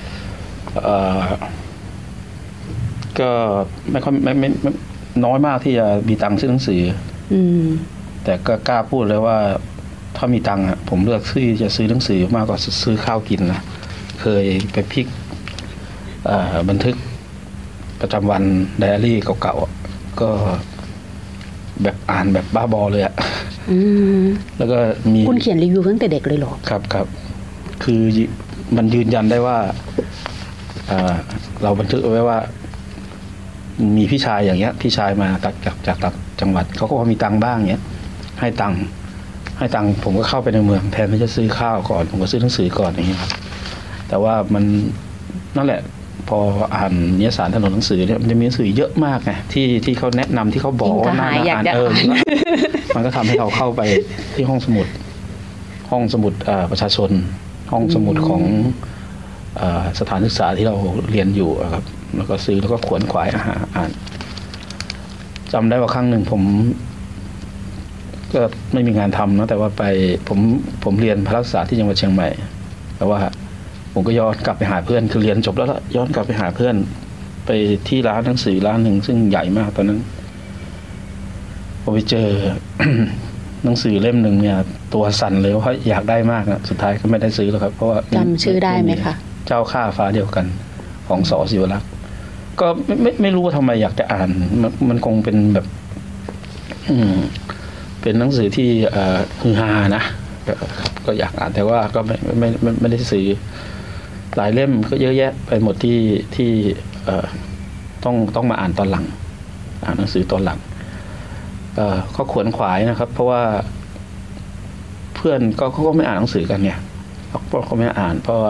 ก็ไม่ค่อยไม่น้อยมากที่จะมีตังค์ซื้อหนังสือแต่ก็กล้าพูดเลยว่าถ้ามีตังค์ผมเลือกที่จะซื้อหนังสือมากกว่าซื้อข้าวกินนะเคยไปพลิกบันทึกประจำวันไดอารี่เก่าๆก็แบบอ่านแบบบ้าบอเลยอะแล้วก็มีคุณเขียนรีวิวตั้งแต่เด็กเลยหรอครับคือมันยืนยันได้ว่าเราบันทึกเอาไว้ว่ามีพี่ชายอย่างเงี้ยพี่ชายมาจากต่างจังหวัดเขาก็พอมีตังค์บ้างเงี้ยให้ตังค์ผมก็เข้าไปในเมืองแทนที่จะซื้อข้าวก่อนผมก็ซื้อหนังสือก่อนอย่างเงี้ยครับแต่ว่ามันนั่นแหละพออ่านนิยสารถนนหนังสือเนี่ยมันจะมีหนังสือเยอะมากไงที่เขาแนะนำที่เขาบอกว่าน่าอ่านมันก็ทำให้เราเข้าไปที่ห้องสมุดประชาชนห้องสมุดของสถานศึกษาที่เราเรียนอยู่ครับแล้วก็ซื้อแล้วก็ขวนขวายอ่านจำได้ว่าครั้งหนึ่งผมก็ไม่มีงานทำนะแต่ว่าไปผมเรียนพระศึกษาที่จังหวัดเชียงใหม่แต่ว่าผมก็ย้อนกลับไปหาเพื่อนคือเรียนจบแล้วย้อนกลับไปหาเพื่อนไปที่ร้านหนังสือร้านหนึ่งซึ่งใหญ่มากตอนนั้นผมไปเจอ หนังสือเล่มหนึ่งเนี่ยตัวสั่นเลยเพราะอยากได้มากนะสุดท้ายก็ไม่ได้ซื้อแล้วครับเพราะว่าจำชื่อได้ไหมคะเจ้าข้าฟ้าเดียวกันของส.ศิวลักษณ์ก็ไม่รู้ว่าทำไมอยากจะอ่านมันคงเป็นแบบเป็นหนังสือที่ฮือฮานะก็อยากอ่านแต่ว่าก็ไม่ได้ซื้อหลายเล่มก็เยอะแยะไปหมดที่ต้องมาอ่านตอนหลังอ่านหนังสือตอนหลังก็ขวนขวายนะครับเพราะว่าเพื่อนเขาก็ไม่อ่านหนังสือกันเนี่ยเขาไม่อ่านเพราะว่า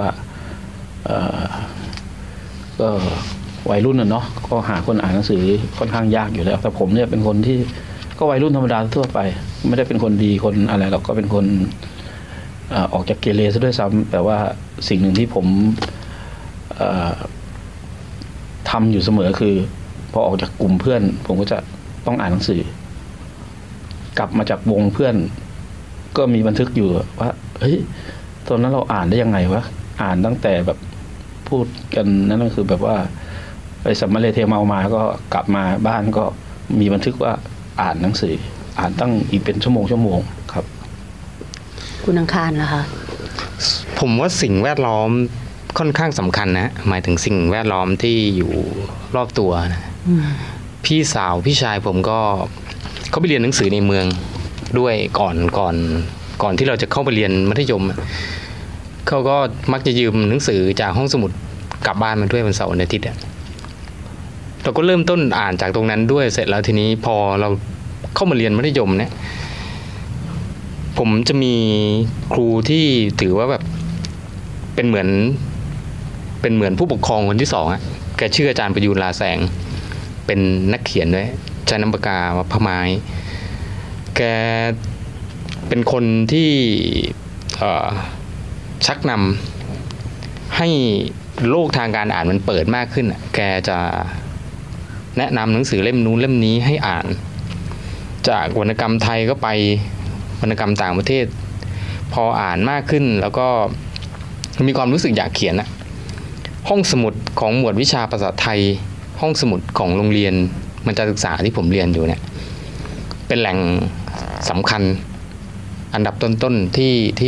ก็วัยรุ่นเนาะก็หาคนอ่านหนังสือค่อนข้างยากอยู่แล้วแต่ผมเนี่ยเป็นคนที่ก็วัยรุ่นธรรมดาทั่วไปไม่ได้เป็นคนดีคนอะไรหรอกก็เป็นคนออกจากเกเรซะด้วยซ้ำแต่ว่าสิ่งหนึ่งที่ผมทำอยู่เสมอคือพอออกจากกลุ่มเพื่อนผมก็จะต้องอ่านหนังสือกลับมาจากวงเพื่อนก็มีบันทึกอยู่ว่าเฮ้ยตอนนั้นเราอ่านได้ยังไงวะอ่านตั้งแต่แบบพูดกันนั่นก็คือแบบว่าไปสัมมาเลเทเมามาก็กลับมาบ้านก็มีบันทึกว่าอ่านหนังสืออ่านตั้งอีกเป็นชั่วโมงครับคุณอังคารนะคะผมว่าสิ่งแวดล้อมค่อนข้างสำคัญนะหมายถึงสิ่งแวดล้อมที่อยู่รอบตัวนะพี่สาวพี่ชายผมก็เขาไปเรียนหนังสือในเมืองด้วยก่อนที่เราจะเข้าไปเรียนมัธยมเขาก็มักจะยืมหนังสือจากห้องสมุดกลับบ้านมาด้วยวันเสาร์อาทิตย์เราก็เริ่มต้นอ่านจากตรงนั้นด้วยเสร็จแล้วทีนี้พอเราเข้ามาเรียนมัธยมเนี่ยผมจะมีครูที่ถือว่าแบบเป็นเหมือนผู้ปกครองคนที่สองแกชื่ออาจารย์ประยูรลาแสงเป็นนักเขียนด้วยใช้น้ำปากกาพะไม้แกเป็นคนที่ชักนำให้โลกทางการอ่านมันเปิดมากขึ้นแกจะแนะนำหนังสือเล่มนู้นเล่มนี้ให้อ่านจากวรรณกรรมไทยก็ไปวรรณกรรมต่างประเทศพออ่านมากขึ้นแล้วก็มีความรู้สึกอยากเขียนห้องสมุดของหมวดวิชาภาษาไทยห้องสมุดของโรงเรียนมัธยมศึกษาที่ผมเรียนอยู่เนี่ยเป็นแหล่งสำคัญอันดับต้นๆ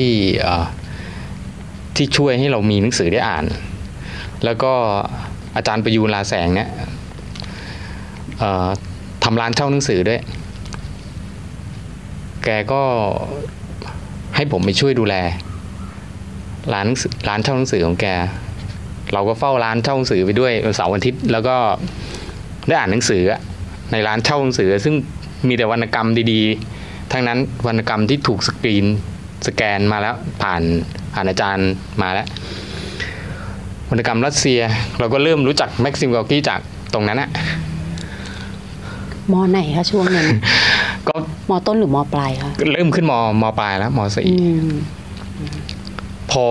ที่ช่วยให้เรามีหนังสือได้อ่านแล้วก็อาจารย์ประยูรลาแสงเนี่ยทำร้านเช่าหนังสือด้วยแกก็ให้ผมไปช่วยดูแลร้านเช่าหนังสือของแกเราก็เฝ้าร้านเช่าหนังสือไปด้วยวันเสาร์อาทิตย์แล้วก็ได้อ่านหนังสือในร้านเช่าหนังสือซึ่งมีแต่วรรณกรรมดีๆทั้งนั้นวรรณกรรมที่ถูกสแกนมาแล้วผ่านอาจารย์มาแล้ววรรณกรรมรัสเซียเราก็เริ่มรู้จักแม็กซิม กอร์กี้จากตรงนั้นม.ไหนคะช่วงนั้นก็ม.ต้นหรือม.ปลายคะเริ่มขึ้นม.ปลายแล้วม.4พอ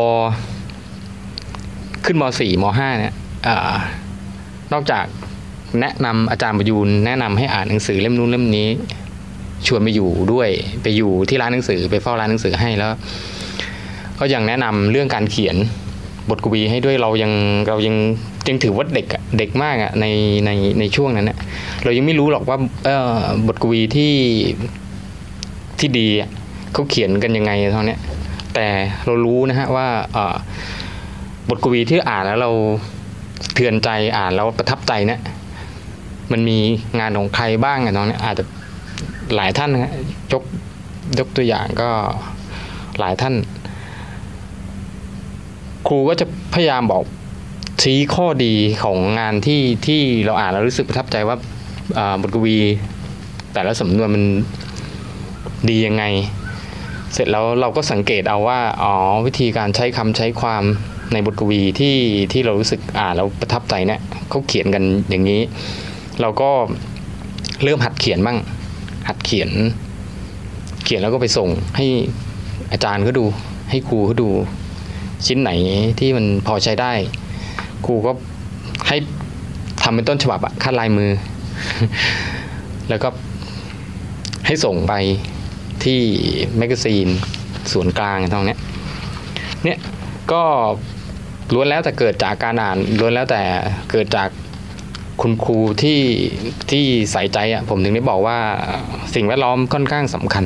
ขึ้นม.4 ม.5 เนี่ยนอกจากแนะนำอาจารย์ประยูรแนะนำให้อ่านหนังสือเล่มนู้นเล่มนี้ชวนไปอยู่ด้วยไปอยู่ที่ร้านหนังสือไปเฝ้าร้านหนังสือให้แล้วก็ยังแนะนำเรื่องการเขียนบทกวีให้ด้วยเรายังถือว่าเด็กมากในช่วงนั้นเนี่ยเรายังไม่รู้หรอกว่าบทกวีที่ดีเขาเขียนกันยังไงเท่านี้แต่เรารู้นะฮะว่าบทกวีที่อ่านแล้วเราเทือนใจอ่านแล้วประทับใจเนี่ยมันมีงานของใครบ้างตรงนี้อาจจะหลายท่านนะยกตัวอย่างก็หลายท่านครูก็จะพยายามบอกชี้ข้อดีของงานที่เราอ่านแล้วรู้สึกประทับใจว่าบทกวีแต่ละสำนวนมันดียังไงเสร็จแล้วเราก็สังเกตเอาว่าวิธีการใช้คำใช้ความในบทกวีที่เรารู้สึกอ่านแล้วประทับใจเนี่ยเขาเขียนกันอย่างนี้เราก็เริ่มหัดเขียนบ้างหัดเขียนแล้วก็ไปส่งให้อาจารย์เขาดูให้ครูเขาดูชิ้นไหนที่มันพอใช้ได้ครูก็ให้ทำเป็นต้นฉบับคัดลายมือ แล้วก็ให้ส่งไปที่แมกกาซีนส่วนกลางตรงนี้เนี่ยก็ล้วนแล้วแต่เกิดจากการอ่านล้วนแล้วแต่เกิดจากคุณครูที่ใส่ใจผมถึงได้บอกว่าสิ่งแวดล้อมค่อนข้างสำคัญ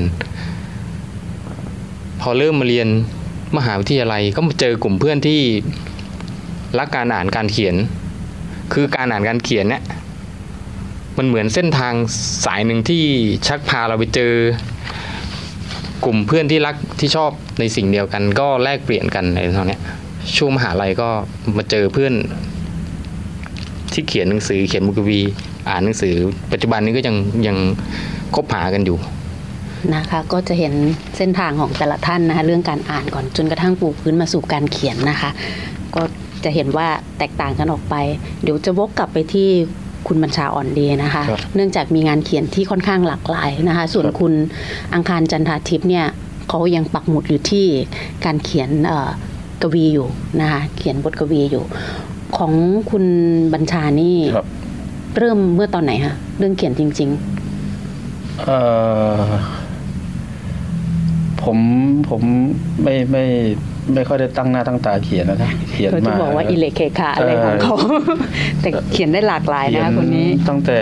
พอเริ่มมาเรียนมหาวิทยาลัยก็มาเจอกลุ่มเพื่อนที่รักการอ่านการเขียนคือการอ่านการเขียนเนี่ยมันเหมือนเส้นทางสายหนึ่งที่ชักพาเราไปเจอกลุ่มเพื่อนที่รักที่ชอบในสิ่งเดียวกันก็แลกเปลี่ยนกันในตอนนี้ช่วงมหาลัยก็มาเจอเพื่อนที่เขียนหนังสือเขียนบทกวีอ่านหนังสือปัจจุบันนี้ก็ยังคบหากันอยู่นะคะก็จะเห็นเส้นทางของแต่ละท่านนะคะเรื่องการอ่านก่อนจนกระทั่งปูพื้นมาสู่การเขียนนะคะก็จะเห็นว่าแตกต่างกันออกไปเดี๋ยวจะวกกลับไปที่คุณบัญชาอ่อนดีนะคะเนื่องจากมีงานเขียนที่ค่อนข้างหลากหลายนะคะส่วนคุณอังคารจันทาทิพย์เนี่ยเขายังปักหมุดอยู่ที่การเขียนกวีอยู่นะคะเขียนบทกวีอยู่ของคุณบัญชานี่เริ่มเมื่อตอนไหนคะเรื่องเขียนจริงๆผมไม่ค่อยได้ตั้งหน้าตั้งตาเขียนนะเขียนมาจะบอกว่าอิเล็กเคคะอะไรของเขา แต่เขียนได้หลากหลายนะคนนี้ตั้งแต่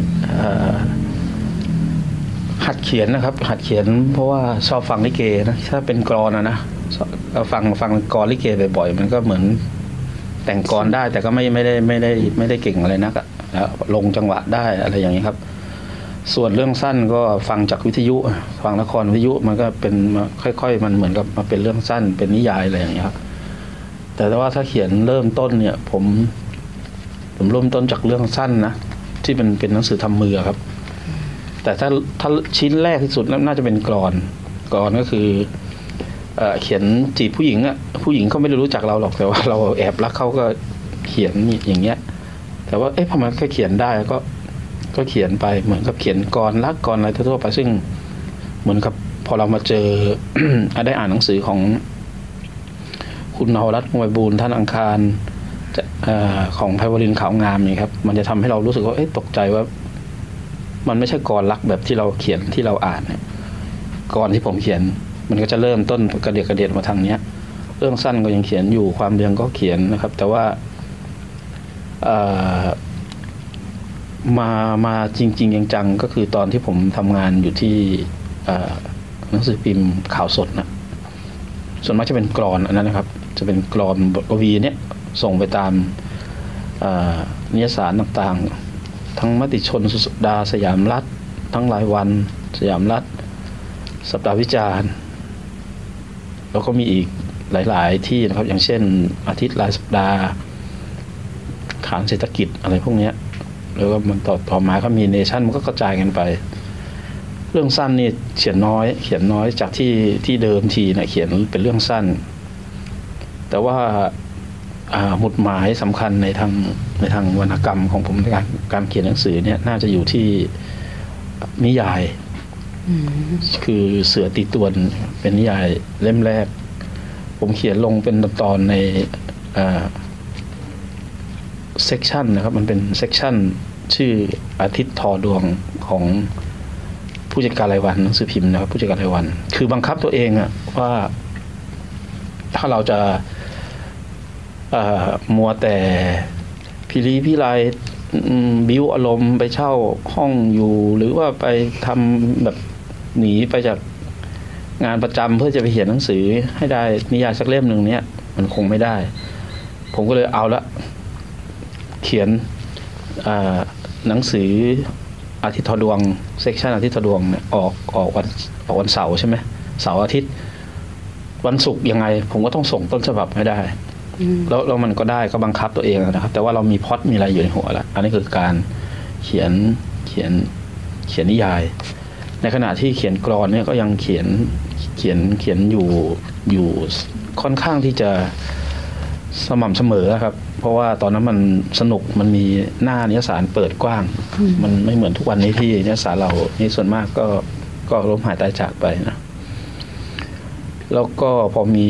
หัดเขียนนะครับหัดเขียนเพราะว่าชอบฟังลิเกนะถ้าเป็นกลอนนะฟังกลอนลิเกบ่อยๆมันก็เหมือนแต่งกลอนได้แต่ก็ไม่ได้เก่งอะไรนักลงจังหวะได้อะไรอย่างนี้ครับส่วนเรื่องสั้นก็ฟังจากวิทยุฟังละครวิทยุมันก็เป็นค่อยๆมันเหมือนกับมาเป็นเรื่องสั้นเป็นนิยายอะไรอย่างนี้ครับแต่ว่าถ้าเขียนเริ่มต้นเนี่ยผมเริ่มต้นจากเรื่องสั้นนะที่เป็นหนังสือทำมือครับแต่ถ้าชิ้นแรกที่สุดน่าจะเป็นกลอนก็คือเขียนจีบผู้หญิงผู้หญิงเขาไม่ได้รู้จักเราหรอกแต่ว่าเราแอบรักเขาก็เขียนอย่างเงี้ยแต่ว่าพอมันแค่เขียนได้ก็เขียนไปเหมือนกับเขียนกรรักกรอะไรทั่วไปซึ่งเหมือนกับพอเรามาเจอ ได้อ่านหนังสือของคุณนวรัตน์ พงษ์ไพบูลย์ท่านอังคารของไพวรินทร์ขาวงามนี่ครับมันจะทำให้เรารู้สึกว่าตกใจว่ามันไม่ใช่กรรักแบบที่เราเขียนที่เราอ่านเนี่ยกรที่ผมเขียนมันก็จะเริ่มต้นกระเดียดมาทางเนี้ยเรื่องสั้นก็ยังเขียนอยู่ความเรียงก็เขียนนะครับแต่ว่ามาจริงๆจังๆก็คือตอนที่ผมทำงานอยู่ที่หนังสือพิมพ์ข่าวสดนะส่วนมากจะเป็นกลอนอันนั้นนะครับจะเป็นกลอนบทกวีเนี่ยส่งไปตามนิยสารต่างๆทั้งมติชนสุดสัปดาห์สยามรัฐทั้งรายวันสยามรัฐสัปดาห์วิจารณ์แล้วก็มีอีกหลายๆที่นะครับอย่างเช่นอาทิตย์รายสัปดาห์ขานเศรษฐกิจอะไรพวกนี้แล้วก็มันต่อมาก็มีเนชั่นมันก็กระจายกันไปเรื่องสั้นนี่เขียนน้อยจากที่เดิมทีเนี่ยเขียนเป็นเรื่องสั้นแต่ว่าหมุดหมายสำคัญในทางวรรณกรรมของผมในการเขียนหนังสือเนี่ยน่าจะอยู่ที่นิยายคือเสือตีตวนเป็นนิยายเล่มแรกผมเขียนลงเป็นตอนในเซกชันนะครับมันเป็นเซกชันชื่ออาทิตย์ทอดวงของผู้จัดการรายวันหนังสือพิมพ์นะครับผู้จัดการรายวันคือบังคับตัวเองว่าถ้าเราจะมัวแต่พิรีพิไลบิ้วอารมณ์ไปเช่าห้องอยู่หรือว่าไปทำแบบหนีไปจากงานประจำเพื่อจะไปเขียนหนังสือให้ได้นิยายสักเล่มหนึ่งเนี้ยมันคงไม่ได้ผมก็เลยเอาละเขียนหนังสืออาทิตย์ทอดวงเซกชันอาทิตย์ทอดวงเนี่ยออกวันเสาร์ใช่ไหมเสาร์อาทิตย์วันศุกร์ยังไงผมก็ต้องส่งต้นฉบับให้ได้แล้วมันก็ได้ก็บังคับตัวเองนะครับแต่ว่าเรามีพล็อตมีอะไรอยู่ในหัวแล้วอันนี้คือการเขียนนิยายในขณะที่เขียนกลอนเนี่ยก็ยังเขียนอยู่ค่อนข้างที่จะสม่ำเสมอครับเพราะว่าตอนนั้นมันสนุกมันมีหน้านิยสารเปิดกว้างมันไม่เหมือนทุกวันนี้ที่นิยสารเรานี่ส่วนมากก็ล้มหายตายจากไปนะแล้วก็พอมี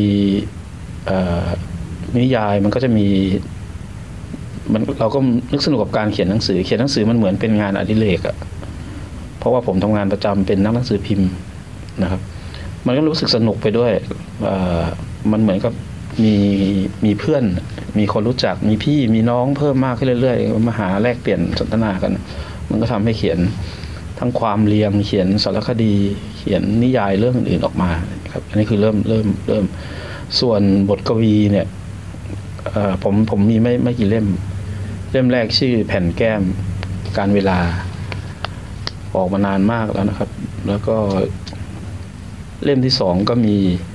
นิยายมันก็จะมีเราก็นึกสนุกกับการเขียนหนังสือมันเหมือนเป็นงานอดิเรกอะเพราะว่าผมทำงานประจำเป็นนักหนังสือพิมพ์นะครับมันก็รู้สึกสนุกไปด้วยมันเหมือนกับมีเพื่อนมีคนรู้จักมีพี่มีน้องเพิ่มมากขึ้นเรื่อยๆมาหาแลกเปลี่ยนสนทนากันมันก็ทำให้เขียนทั้งความเรียงเขียนสารคดีเขียนนิยายเรื่องอื่นๆออกมาครับอันนี้คือเริ่มส่วนบทกวีเนี่ยผมมีไม่กี่เล่มแรกชื่อแผ่นแก้มการเวลาออกมานานมากแล้วนะครับแล้วก็เล่มที่สองก็มี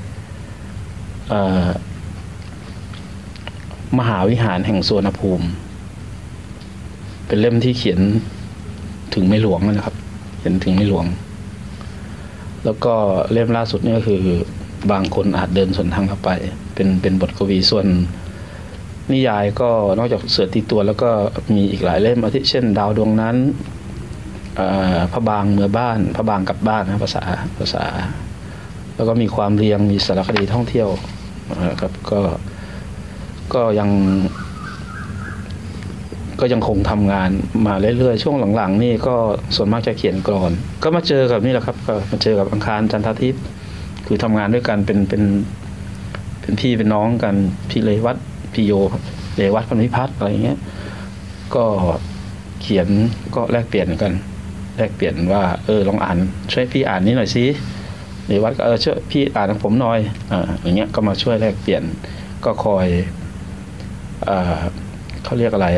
มหาวิหารแห่งสุวรรณภูมิเป็นเล่มที่เขียนถึงในหลวงนะครับเขียนถึงในหลวงแล้วก็เล่มล่าสุดนี่ก็คือบางคนอาจเดินสวนทางเราไปเป็นบทกวีส่วนนิยายก็นอกจากเสือตีตัวแล้วก็มีอีกหลายเล่มอาทิเช่นดาวดวงนั้นพระบางเมื่อบ้านพระบางกลับบ้านนะภาษาแล้วก็มีความเรียงมีสารคดีท่องเที่ยวนะครับก็ยังคงทำงานมาเรื่อยๆช่วงหลังๆนี่ก็ส่วนมากจะเขียนกลอนก็มาเจอกับนี่แหละครับก็มาเจอกับอังคารจันทร์อาทิตย์คือทำงานด้วยกันเป็นพี่เป็นน้องกันพี่เลวัตพี่โยเลวัตพันธิพัฒน์อะไรอย่างเงี้ยก็เขียนก็แลกเปลี่ยนกันแลกเปลี่ยนว่าลองอ่านช่วยพี่อ่านนี้หน่อยสิเลวัตก็ช่วยพี่อ่านของผมหน่อยอย่างเงี้ยก็มาช่วยแลกเปลี่ยนก็คอยเขาเรียกอะไร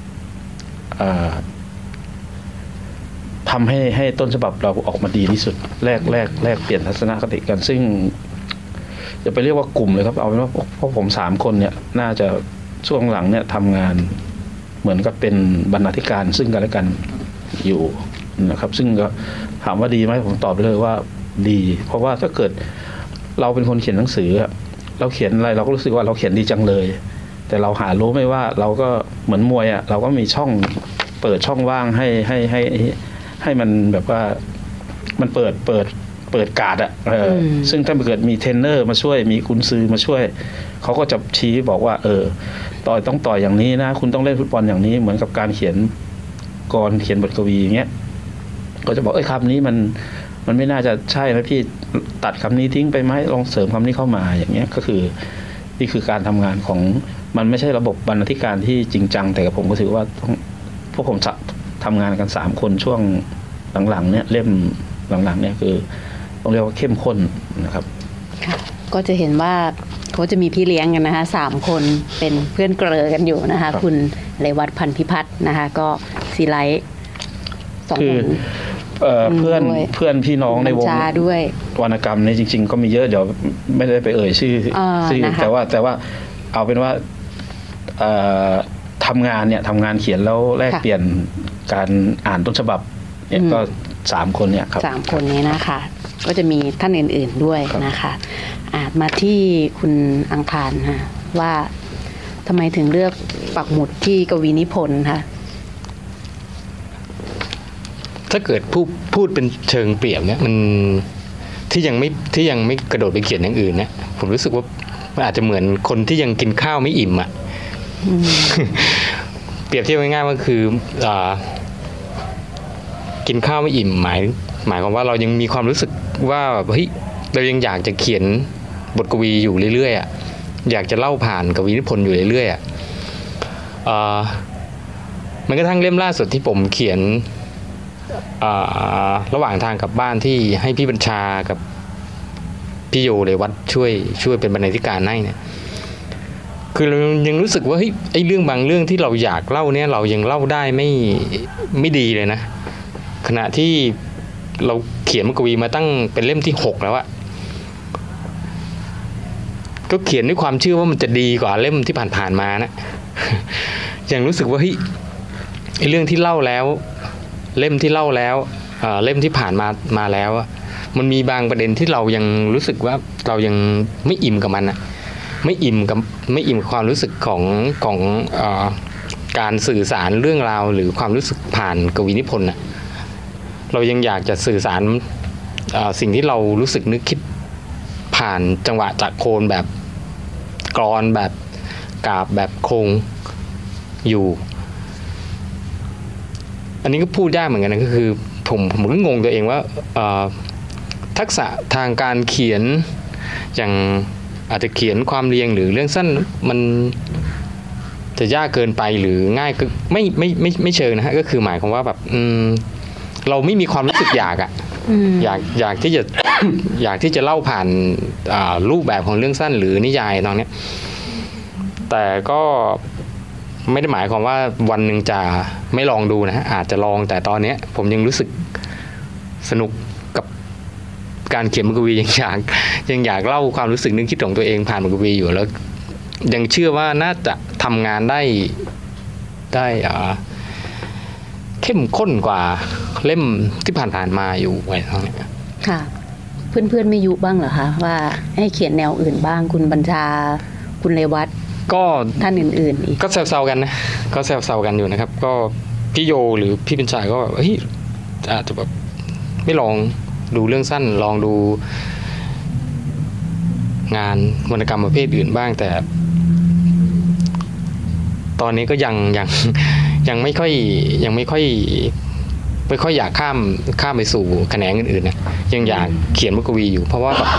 ทำให้ต้นฉบับเราออกมาดีที่สุดแลกเปลี่ยนทัศนคติกันซึ่งจะไปเรียกว่ากลุ่มเลยครับเอาเป็นว่าพวกผม3คนเนี่ยน่าจะช่วงหลังเนี่ยทำงานเหมือนกับเป็นบรรณาธิการซึ่งกันและกันอยู่นะครับซึ่งก็ถามว่าดีไหมผมตอบเลยว่าดีเพราะว่าถ้าเกิดเราเป็นคนเขียนหนังสือเราเขียนอะไรเราก็รู้สึกว่าเราเขียนดีจังเลยแต่เราหารู้ไม่ว่าเราก็เหมือนมวยเราก็มีช่องเปิดช่องว่างให้มันแบบว่ามันเปิดการ์ดซึ่งถ้าเกิดมีเทรนเนอร์มาช่วยมีกุนซือมาช่วยเขาก็จะชี้บอกว่าต้องต่อยอย่างนี้นะคุณต้องเล่นฟุตบอลอย่างนี้เหมือนกับการเขียนกรเขียนบทกวีอย่างเงี้ยก็จะบอกคำนี้มันไม่น่าจะใช่นะพี่ตัดคำนี้ทิ้งไปไหมลองเสริมคำนี้เข้ามาอย่างเงี้ยก็คือนี่คือการทำงานของมันไม่ใช่ระบบบรรณาธิการที่จริงจังแต่ผมก็ถือว่าพวกผมทำงานกัน3คนช่วงหลังๆเนี่ยเล่มหลังๆเนี่ยคือต้องเรียกว่าเข้มข้นนะครับค่ะก็จะเห็นว่าเขาจะมีพี่เลี้ยงกันนะคะ3คนเป็นเพื่อนเกลอกันอยู่นะคะคุณเลวัตพันธิพัฒน์นะคะก็ซีไลท์2คนเพื่อนพี่น้องในวงวรรณกรรมนี่จริงๆก็มีเยอะเดี๋ยวไม่ได้ไปเอ่ยชื่อแต่ว่าเอาเป็นว่าทำงานเขียนแล้วแลกเปลี่ยนการอ่านต้นฉบับเนี่ยก็3คนเนี่ยครับ 3คนนี้นะคะก็จะมีท่านอื่นๆด้วยนะคะมาที่คุณอังคารค่ะว่าทำไมถึงเลือกปักหมุดที่กวีนิพนธ์คะถ้าเกิดพูดเป็นเชิงเปรียบเนี่ยมันที่ยังไม่กระโดดไปเขียนอย่างอื่นเนี่ยผมรู้สึกว่ามันอาจจะเหมือนคนที่ยังกินข้าวไม่อิ่มเปรียบเทียบง่ายๆก็คือกินข้าวไม่อิ่มหมายความว่าเรายังมีความรู้สึกว่าเฮ้ยเรายังอยากจะเขียนบทกวีอยู่เรื่อยๆอยากจะเล่าผ่านกวีนิพนธ์อยู่เรื่อยๆมันกระทั่งเล่มล่าสุดที่ผมเขียนระหว่างทางกลับบ้านที่ให้พี่บัญชากับพี่โยเลยวัดช่วยเป็นบรรณาธิการให้เนี่ยคือเรายังรู้สึกว่าเฮ้ยไอ้เรื่องบางเรื่องที่เราอยากเล่าเนี่ยเรายังเล่าได้ไม่ดีเลยนะขณะที่เราเขียนกวีมาตั้งเป็นเล่มที่6แล้วอะก็เขียนด้วยความเชื่อว่ามันจะดีกว่าเล่มที่ผ่านๆมานะ ยังรู้สึกว่าเฮ้ยไอ้เรื่องที่เล่าแล้วเล่มที่เล่าแล้วเล่มที่ผ่านมาแล้วมันมีบางประเด็นที่เรายังรู้สึกว่าเรายังไม่อิ่มกับมันไม่อิ่มกับความรู้สึกของการสื่อสารเรื่องราวหรือความรู้สึกผ่านกวีนิพนธ์เรายังอยากจะสื่อสารสิ่งที่เรารู้สึกนึกคิดผ่านจังหวะจากโคนแบบกลอนแบบกาบแบบโคงอยู่อันนี้ก็พูดยากเหมือนกันนะก็คือผมก็งงตัวเองว่าทักษะทางการเขียนอย่างอาจจะเขียนความเรียงหรือเรื่องสั้นมันจะยากเกินไปหรือง่ายก็ไม่เชิงนะฮะก็คือหมายความว่าแบบเราไม่มีความรู้สึกอยากที่จะ อยากที่จะเล่าผ่านรูปแบบของเรื่องสั้นหรือนิยายตอนนี้แต่ก็ไม่ได้หมายความว่าวันหนึ่งจะไม่ลองดูนะฮะอาจจะลองแต่ตอนนี้ผมยังรู้สึกสนุกกับการเขียนบทกวียังอยากเล่าความรู้สึกนึกคิดของตัวเองผ่านบทกวีอยู่แล้วยังเชื่อว่าน่าจะทำงานได้เข้มข้นกว่าเล่มที่ผ่านมาอยู่ไว้ตรงนี้ค่ะเพื่อนๆไม่ยุบ้างเหรอคะว่าให้เขียนแนวอื่นบ้างคุณบัญชาคุณเรวัตก็ท่านอื่นๆอีกก็แซวๆกันนะก็แซวๆกันอยู่นะครับก็พี่โยหรือพี่บัญชาก็เฮ้ยอาจจะแบบไม่ลองดูเรื่องสั้นลองดูงานวรรณกรรมประเภทอื่นบ้างแต่ตอนนี้ก็ยังไม่ค่อยอยากข้ามไปสู่แขนงอื่นๆนะยังอยากเขียนบทกวีอยู่เพราะว่าแบบ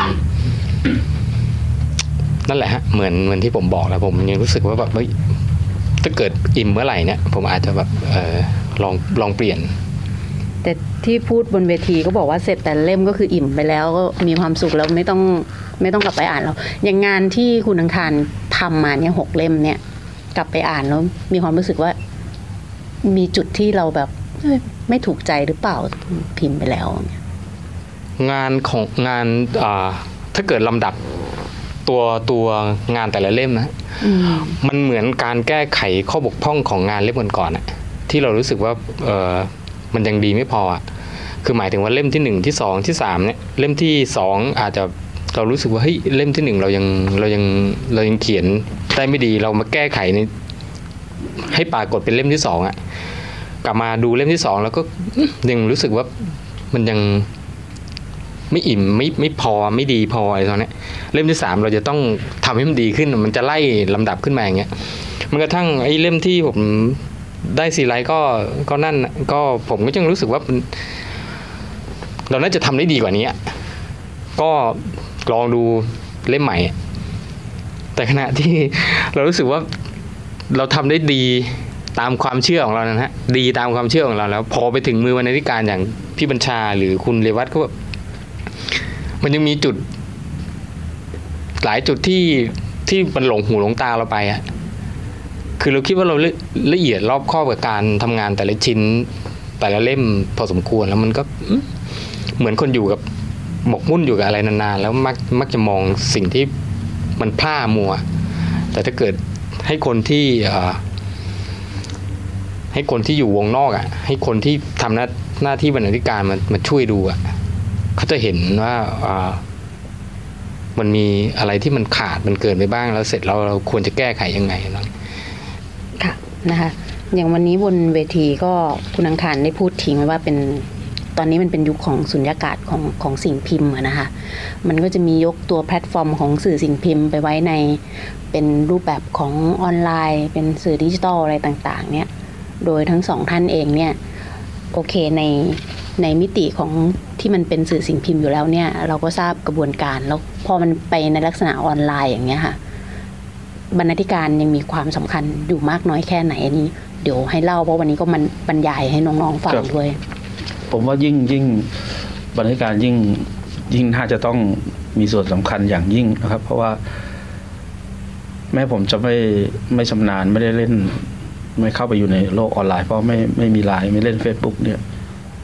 นั่นแหละฮะเหมือนที่ผมบอกแล้วผมยังรู้สึกว่าแบบถ้าเกิดอิ่มเมื่อไหร่เนี่ยผมอาจจะแบบลองเปลี่ยนแต่ที่พูดบนเวทีก็บอกว่าเสร็จแต่เล่มก็คืออิ่มไปแล้วก็มีความสุขแล้วไม่ต้องกลับไปอ่านแล้วอย่างงานที่คุณอังคารทำมาเนี่ย6 เล่มเนี่ยกลับไปอ่านแล้วมีความรู้สึกว่ามีจุดที่เราแบบไม่ถูกใจหรือเปล่าพิมพ์ไปแล้วงานถ้าเกิดลำดับตัวงานแต่ละเล่มนะมันเหมือนการแก้ไขข้อบกพร่องของงานเล่มก่อนๆที่เรารู้สึกว่ามันยังดีไม่พอคือหมายถึงว่าเล่มที่1ที่2ที่3เนี่ยเล่มที่2อาจจะเรารู้สึกว่าเฮ้ยเล่มที่1เรายังเขียนได้ไม่ดีเรามาแก้ไขให้ปรากฏเป็นเล่มที่2กลับมาดูเล่มที่2แล้วก็ยังรู้สึกว่ามันยังไม่อิ่มไม่พอไม่ดีพออะไรตอนนี้เล่มที่3เราจะต้องทำให้มันดีขึ้นมันจะไล่ลำดับขึ้นมาอย่างเงี้ยมันกระทั่งไอ้เล่มที่ผมได้4 ไลท์ก็นั่นก็ผมก็ยังรู้สึกว่าเราน่าจะทำได้ดีกว่านี้ก็ลองดูเล่มใหม่แต่ขณะที่เรารู้สึกว่าเราทำได้ดีตามความเชื่อของเรานะฮะดีตามความเชื่อของเราแล้วพอไปถึงมือบรรณาธิการอย่างพี่บัญชาหรือคุณเรวัตก็แบบมันยังมีจุดหลายจุดที่มันหลงหูหลงตาเราไปคือเราคิดว่าเราละเอียดรอบคอบกับการทำงานแต่ละชิ้นแต่ละเล่มพอสมควรแล้วมันก็เหมือนคนอยู่กับหมกมุ่นอยู่กับอะไรนานๆแล้วมักจะมองสิ่งที่มันพล่ามัวแต่ถ้าเกิดให้คนที่อยู่วงนอกให้คนที่ทำหน้าที่บรรณาธิการมาช่วยดูเขาจะเห็นว่ามันมีอะไรที่มันขาดมันเกินไปบ้างแล้วเสร็จเราควรจะแก้ไขยังไงนะค่ะนะคะอย่างวันนี้บนเวทีก็คุณอังคารได้พูดทิ้งไว้ว่าเป็นตอนนี้มันเป็นยุคของสุญญากาศของสิ่งพิมพ์นะคะมันก็จะมียกตัวแพลตฟอร์มของสื่อสิ่งพิมพ์ไปไว้ในเป็นรูปแบบของออนไลน์เป็นสื่อดิจิทัลอะไรต่างๆเนี่ยโดยทั้ง2 ท่านเองเนี่ยโอเคในมิติของที่มันเป็นสื่อสิ่งพิมพ์อยู่แล้วเนี่ยเราก็ทราบกระบวนการแล้วพอมันไปในลักษณะออนไลน์อย่างเงี้ยค่ะบรรณาธิการยังมีความสำคัญอยู่มากน้อยแค่ไหนอันนี้เดี๋ยวให้เล่าเพราะวันนี้ก็มันบรรยายให้น้องๆฟังด้วยผมว่ายิ่งบรรณาธิการยิ่งน่าจะต้องมีส่วนสำคัญอย่างยิ่งนะครับเพราะว่าแม้ผมจะไม่ชำนาญไม่ได้เล่นไม่เข้าไปอยู่ในโลกออนไลน์เพราะไม่มีไลน์ไม่เล่น Facebook เนี่ย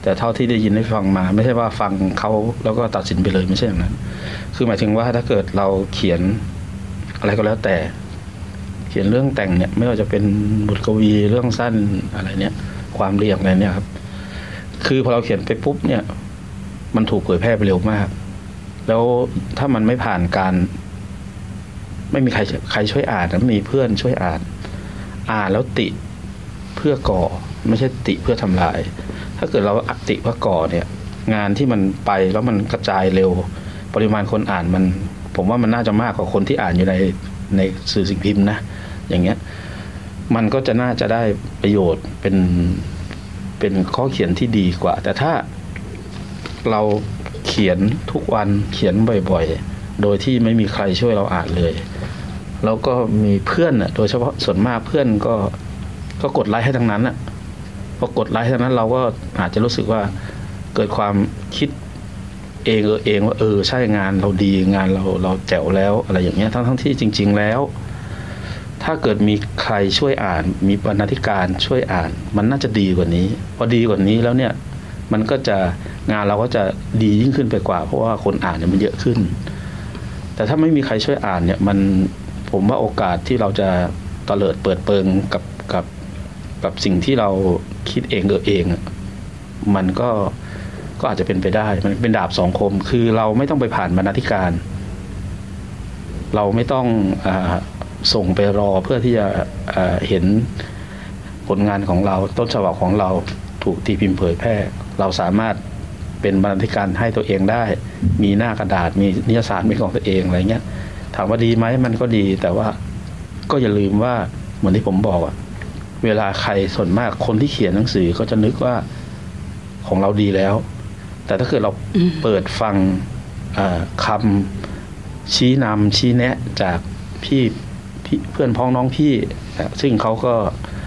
แต่เท่าที่ได้ยินได้ฟังมาไม่ใช่ว่าฟังเขาแล้วก็ตัดสินไปเลยไม่ใช่อย่างนั้นคือหมายถึงว่าถ้าเกิดเราเขียนอะไรก็แล้วแต่เขียนเรื่องแต่งเนี่ยไม่ว่าจะเป็นบทกวีเรื่องสั้นอะไรเนี่ยความเรียงอะไรเนี่ยครับคือพอเราเขียนไปปุ๊บเนี่ยมันถูกเผยแพร่ไปเร็วมากแล้วถ้ามันไม่ผ่านการไม่มีใครช่วยอ่านนะมีเพื่อนช่วยอ่านแล้วติเพื่อก่อไม่ใช่ติเพื่อทำลายถ้าเกิดเราติเพื่อก่อเนี่ยงานที่มันไปแล้วมันกระจายเร็วปริมาณคนอ่านมันผมว่ามันน่าจะมากกว่าคนที่อ่านอยู่ในสื่อสิ่งพิมพ์นะอย่างเงี้ยมันก็จะน่าจะได้ประโยชน์เป็นข้อเขียนที่ดีกว่าแต่ถ้าเราเขียนทุกวันเขียนบ่อยๆโดยที่ไม่มีใครช่วยเราอ่านเลยแล้วก็มีเพื่อนโดยเฉพาะส่วนมากเพื่อนก็กดไลค์ให้ทั้งนั้นพอกดไลค์ทั้งนั้นเราก็อาจจะรู้สึกว่าเกิดความคิดเองว่าใช่งานเราดีงานเราแจ๋วแล้วอะไรอย่างเงี้ยทั้งที่จริงๆแล้วถ้าเกิดมีใครช่วยอ่านมีบรรณาธิการช่วยอ่านมันน่าจะดีกว่านี้พอดีกว่านี้แล้วเนี่ยมันก็จะงานเราก็จะดียิ่งขึ้นไปกว่าเพราะว่าคนอ่านเนี่ยมันเยอะขึ้นแต่ถ้าไม่มีใครช่วยอ่านเนี่ยผมว่าโอกาสที่เราจะเตลิดเปิดเปิงกับสิ่งที่เราคิดเองมันก็อาจจะเป็นไปได้มันเป็นดาบสองคมคือเราไม่ต้องไปผ่านบรรณาธิการเราไม่ต้องส่งไปรอเพื่อที่จะเห็นผลงานของเราต้นฉบับของเราถูกตีพิมพ์เผยแพร่เราสามารถเป็นบรรณาธิการให้ตัวเองได้มีหน้ากระดาษมีนิยสารเป็นของตัวเองอะไรเงี้ยถามว่าดีไหมมันก็ดีแต่ว่าก็อย่าลืมว่าเหมือนที่ผมบอกเวลาใครส่วนมากคนที่เขียนหนังสือก็จะนึกว่าของเราดีแล้วแต่ถ้าเกิดเราเปิดฟังคำชี้นำชี้แนะจากพี่เพื่อนพ้องน้องพี่ซึ่งเขาก็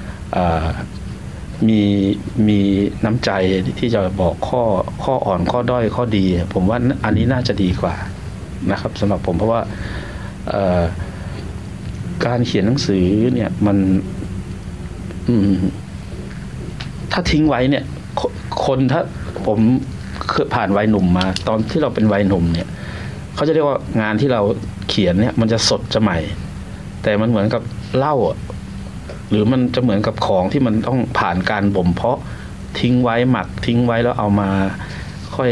มีน้ำใจที่จะบอกข้ออ่อนข้อด้อยข้อดีผมว่าอันนี้น่าจะดีกว่านะครับสำหรับผมเพราะว่าการเขียนหนังสือเนี่ยมันถ้าทิ้งไว้เนี่ยคนถ้าผมเคยผ่านวัยหนุ่มมาตอนที่เราเป็นวัยหนุ่มเนี่ยเขาจะเรียกว่างานที่เราเขียนเนี่ยมันจะสดจะใหม่แต่มันเหมือนกับเหล้าหรือมันจะเหมือนกับของที่มันต้องผ่านการบ่มเพาะทิ้งไว้หมักทิ้งไว้แล้วเอามาค่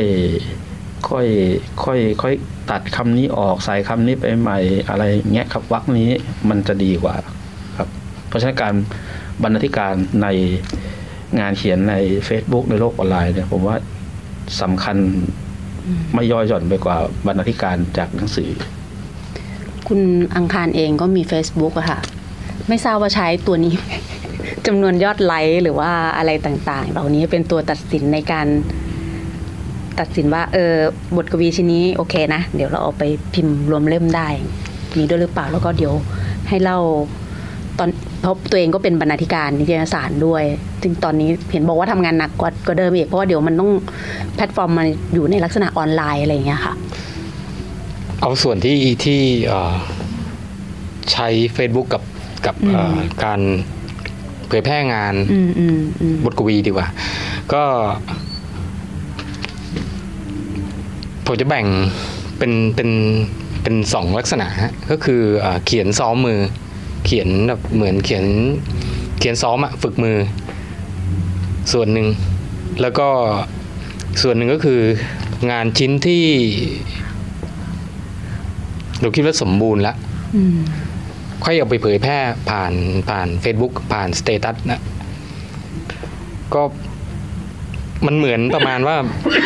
อยตัดคำนี้ออกใส่คำนี้ไปใหม่อะไรเงี้ยครับวรรคนี้มันจะดีกว่าครับเพราะฉะนั้นการบรรณาธิการในงานเขียนใน Facebook ในโลกออนไลน์เนี่ยผมว่าสำคัญไม่ย่อหย่อนไปกว่าบรรณาธิการจากหนังสือคุณอังคารเองก็มี Facebook อะค่ะไม่ทราบว่าใช้ตัวนี้ จำนวนยอดไลค์หรือว่าอะไรต่างๆเหล่านี้เป็นตัวตัดสินในการตัดสินว่าบทกวีชิ้นนี้โอเคนะเดี๋ยวเราเอาไปพิมพ์รวมเล่มได้มีด้วยหรือเปล่าแล้วก็เดี๋ยวให้เล่าตอนเพราะตัวเองก็เป็นบรรณาธิการนิตยสารด้วยซึ่งตอนนี้เห็นบอกว่าทำงานหนักกว่าเดิมอีกเพราะว่าเดี๋ยวมันต้องแพลตฟอร์มมันอยู่ในลักษณะออนไลน์อะไรอย่างเงี้ยค่ะเอาส่วนที่ใช้ Facebook กับการเผยแพร่งานบทกวีดีกว่าก็ผมจะแบ่งเป็นสองลักษณะฮะก็คือเขียนซ้อมมือเขียนแบบเหมือนเขียนซ้อมฝึกมือส่วนหนึ่งแล้วก็ส่วนหนึ่งก็คืองานชิ้นที่เราคิดว่าสมบูรณ์แล้วค่อยเอาไปเผยแพร่ผ่าน Facebook ผ่านสเตตัสนะก็มันเหมือนประมาณว่า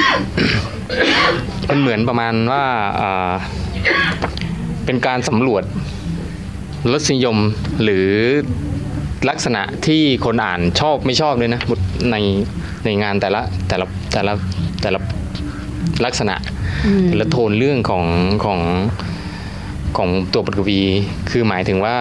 มันเหมือนประมาณว่าเป็นการสำรวจรสนิยมหรือลักษณะที่คนอ่านชอบไม่ชอบเลยนะในงานแต่ละลักษณะและโทนเรื่องของตัวบทกวีคือหมายถึงว่า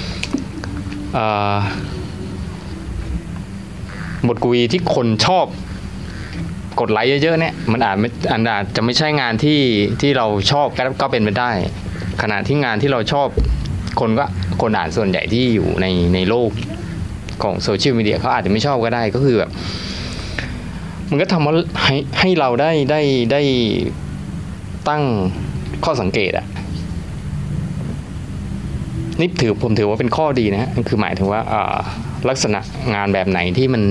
บทกวีที่คนชอบกดไลค์เยอะๆเนี่ยมันอาจจะไม่ใช่งานที่เราชอบก็เป็นไปได้ขณะที่งานที่เราชอบคนอ่านส่วนใหญ่ที่อยู่ในโลกของโซเชียลมีเดียเขาอาจจะไม่ชอบก็ได้ก็คือแบบมันก็ทำว่าให้เราได้ตั้งข้อสังเกตอะนี่ผมถือว่าเป็นข้อดีนะคือหมายถึงว่าลักษณะงานแบบไหนที่มัน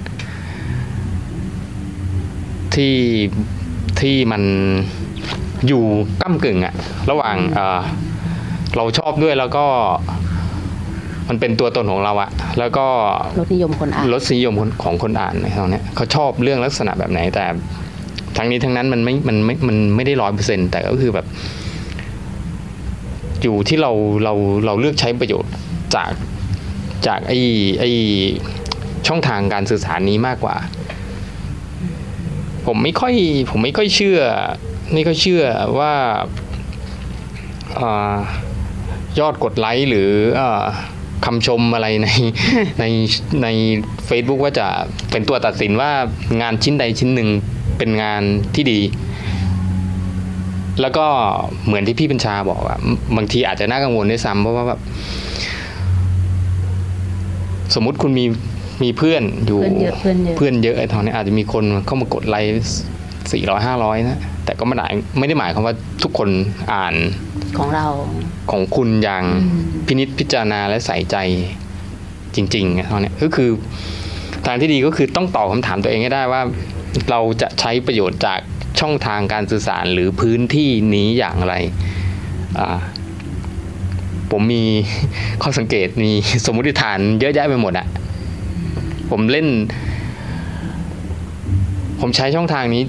ที่มันอยู่ก้ำกึ่งอะระหว่างเราชอบด้วยแล้วก็มันเป็นตัวตนของเราอะแล้วก็รสนิยมคนอ่านรสนิยมของคนอ่านในตรงนี้เขาชอบเรื่องลักษณะแบบไหนแต่ทั้งนี้ทั้งนั้นมันไม่ได้ 100% แต่ก็คือแบบอยู่ที่เราเลือกใช้ประโยชน์จากไอ้ช่องทางการสื่อสารนี้มากกว่าผมไม่ค่อยเชื่อว่ายอดกดไลค์หรือคำชมอะไรใน Facebook ว่าจะเป็นตัวตัดสินว่างานชิ้นใดชิ้นหนึ่งเป็นงานที่ดีแล้วก็เหมือนที่พี่บัญชาบอกว่าบางทีอาจจะน่ากังวลด้วยซ้ำเพราะว่าแบบสมมุติคุณมีเพื่อนอยู่เพื่อนเยอะไอ้ตอนนี้อาจจะมีคนเข้ามากดไลค์400-500นะแต่ก็ไม่ได้หมายความว่าทุกคนอ่านของเราของคุณอย่างพินิจพิจารณาและใส่ใจจริงๆไอ้ตอนนี้ก็คือทางที่ดีก็คือต้องตอบคำถามตัวเองให้ได้ว่าเราจะใช้ประโยชน์จากช่องทางการสื่อสารหรือพื้นที่นี้อย่างไรผมมีข้อสังเกตมีสมมุติฐานเยอะแยะไปหมดอะผมใช้ช่องทางนี้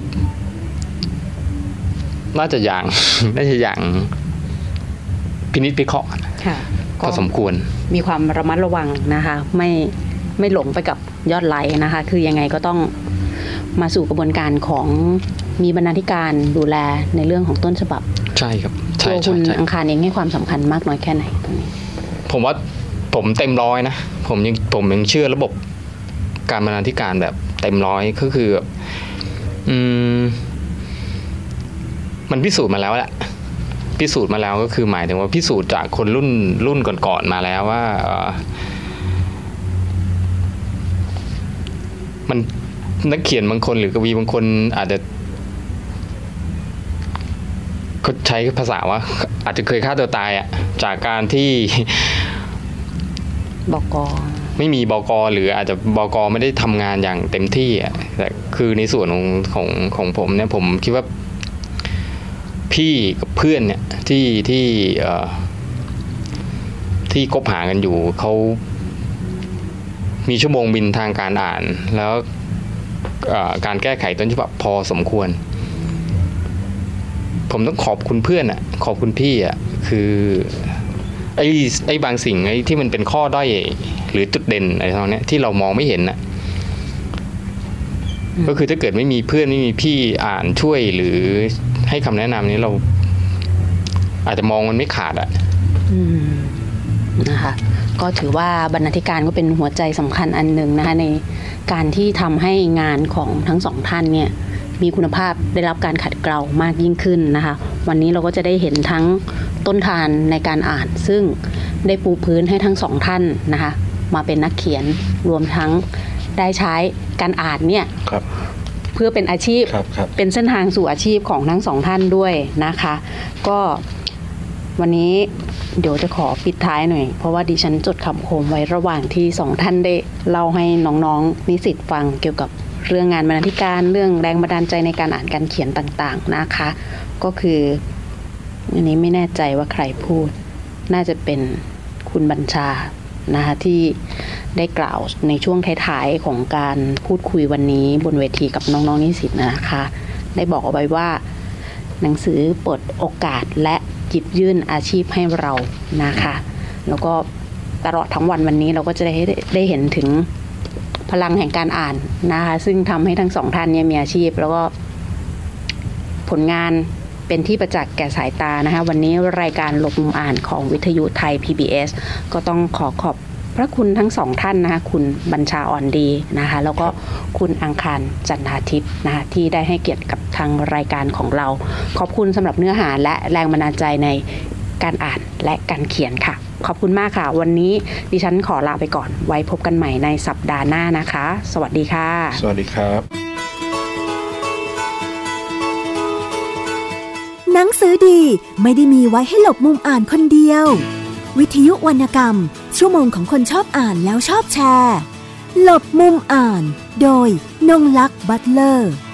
น่าจะอย่างพินิจพิเคราะห์พอสมควรมีความระมัดระวังนะคะไม่หลงไปกับยอดไลค์นะคะคือยังไงก็ต้องมาสู่กระบวนการของมีบรรณาธิการดูแลในเรื่องของต้นฉบับใช่ครับตัวคุณอังคารเองให้ความสำคัญมากน้อยแค่ไหนตรงนี้ผมว่าผมเต็มร้อยนะผมยังเชื่อระบบการบรรณาธิการแบบเต็มร้อยก็คือมันพิสูจน์มาแล้วแหละพิสูจน์มาแล้วก็คือหมายถึงว่าพิสูจน์จากคนรุ่นก่อนๆมาแล้วว่ามันนักเขียนบางคนหรือกวีบางคนอาจจะเขาใช้ภาษาว่าอาจจะเคยฆ่าตัวตายอ่ะจากการที่บก. ไม่มีบก.หรืออาจจะบก.ไม่ได้ทำงานอย่างเต็มที่อ่ะแต่คือในส่วนของผมเนี่ยผมคิดว่าพี่กับเพื่อนเนี่ยที่คบหากันอยู่เขามีชั่วโมงบินทางการอ่านแล้วการแก้ไขต้นฉบับพอสมควรผมต้องขอบคุณเพื่อนอ่ะขอบคุณพี่อ่ะคือไอ้บางสิ่งไอ้ที่มันเป็นข้อด้อยหรือจุดเด่นอะไรทั้งนี้ที่เรามองไม่เห็นน่ะก็คือถ้าเกิดไม่มีเพื่อนไม่มีพี่อ่านช่วยหรือให้คำแนะนำนี้เราอาจจะมองมันไม่ขาดอ่ะนะคะก็ถือว่าบรรณาธิการก็เป็นหัวใจสำคัญอันหนึ่งนะคะในการที่ทำให้งานของทั้งสองท่านเนี่ยมีคุณภาพได้รับการขัดเกลามากยิ่งขึ้นนะคะวันนี้เราก็จะได้เห็นทั้งต้นทานในการอ่านซึ่งได้ปูพื้นให้ทั้งสองท่านนะคะมาเป็นนักเขียนรวมทั้งได้ใช้การอ่านเนี่ยเพื่อเป็นอาชีพเป็นเส้นทางสู่อาชีพของทั้งสองท่านด้วยนะคะก็วันนี้เดี๋ยวจะขอปิดท้ายหน่อยเพราะว่าดิฉันจดคำคมไว้ระหว่างที่สองท่านได้เล่าให้น้องๆนิสิตฟังเกี่ยวกับเรื่องงานบรรณาธิการเรื่องแรงบันดาลใจในการอ่านการเขียนต่างๆนะคะก็คืออันนี้ไม่แน่ใจว่าใครพูดน่าจะเป็นคุณบัญชานะคะที่ได้กล่าวในช่วงท้ายๆของการพูดคุยวันนี้บนเวทีกับน้องๆนิสิตนะคะได้บอกเอาไว้ว่าหนังสือเปิดโอกาสและหยิบยื่นอาชีพให้เรานะคะแล้วก็ตลอดทั้งวันนี้เราก็จะได้เห็นถึงพลังแห่งการอ่านนะคะซึ่งทำให้ทั้งสองท่านเนี่ยมีอาชีพแล้วก็ผลงานเป็นที่ประจักษ์แก่สายตานะคะวันนี้รายการหลบมุมอ่านของวิทยุไทย PBS ก็ต้องขอบพระคุณทั้งสองท่านนะคะคุณบัญชาอ่อนดีนะคะแล้วก็คุณอังคารจันทาทิพย์นะคะที่ได้ให้เกียรติกับทางรายการของเราขอบคุณสำหรับเนื้อหาและแรงบันดาลใจในการอ่านและการเขียนค่ะขอบคุณมากค่ะวันนี้ดิฉันขอลาไปก่อนไว้พบกันใหม่ในสัปดาห์หน้านะคะสวัสดีค่ะสวัสดีครับสือดีไม่ได้มีไว้ให้หลบมุมอ่านคนเดียววิทยุวรรณกรรมชั่วโมงของคนชอบอ่านแล้วชอบแชร์หลบมุมอ่านโดยนงลักษ์บัตเลอร์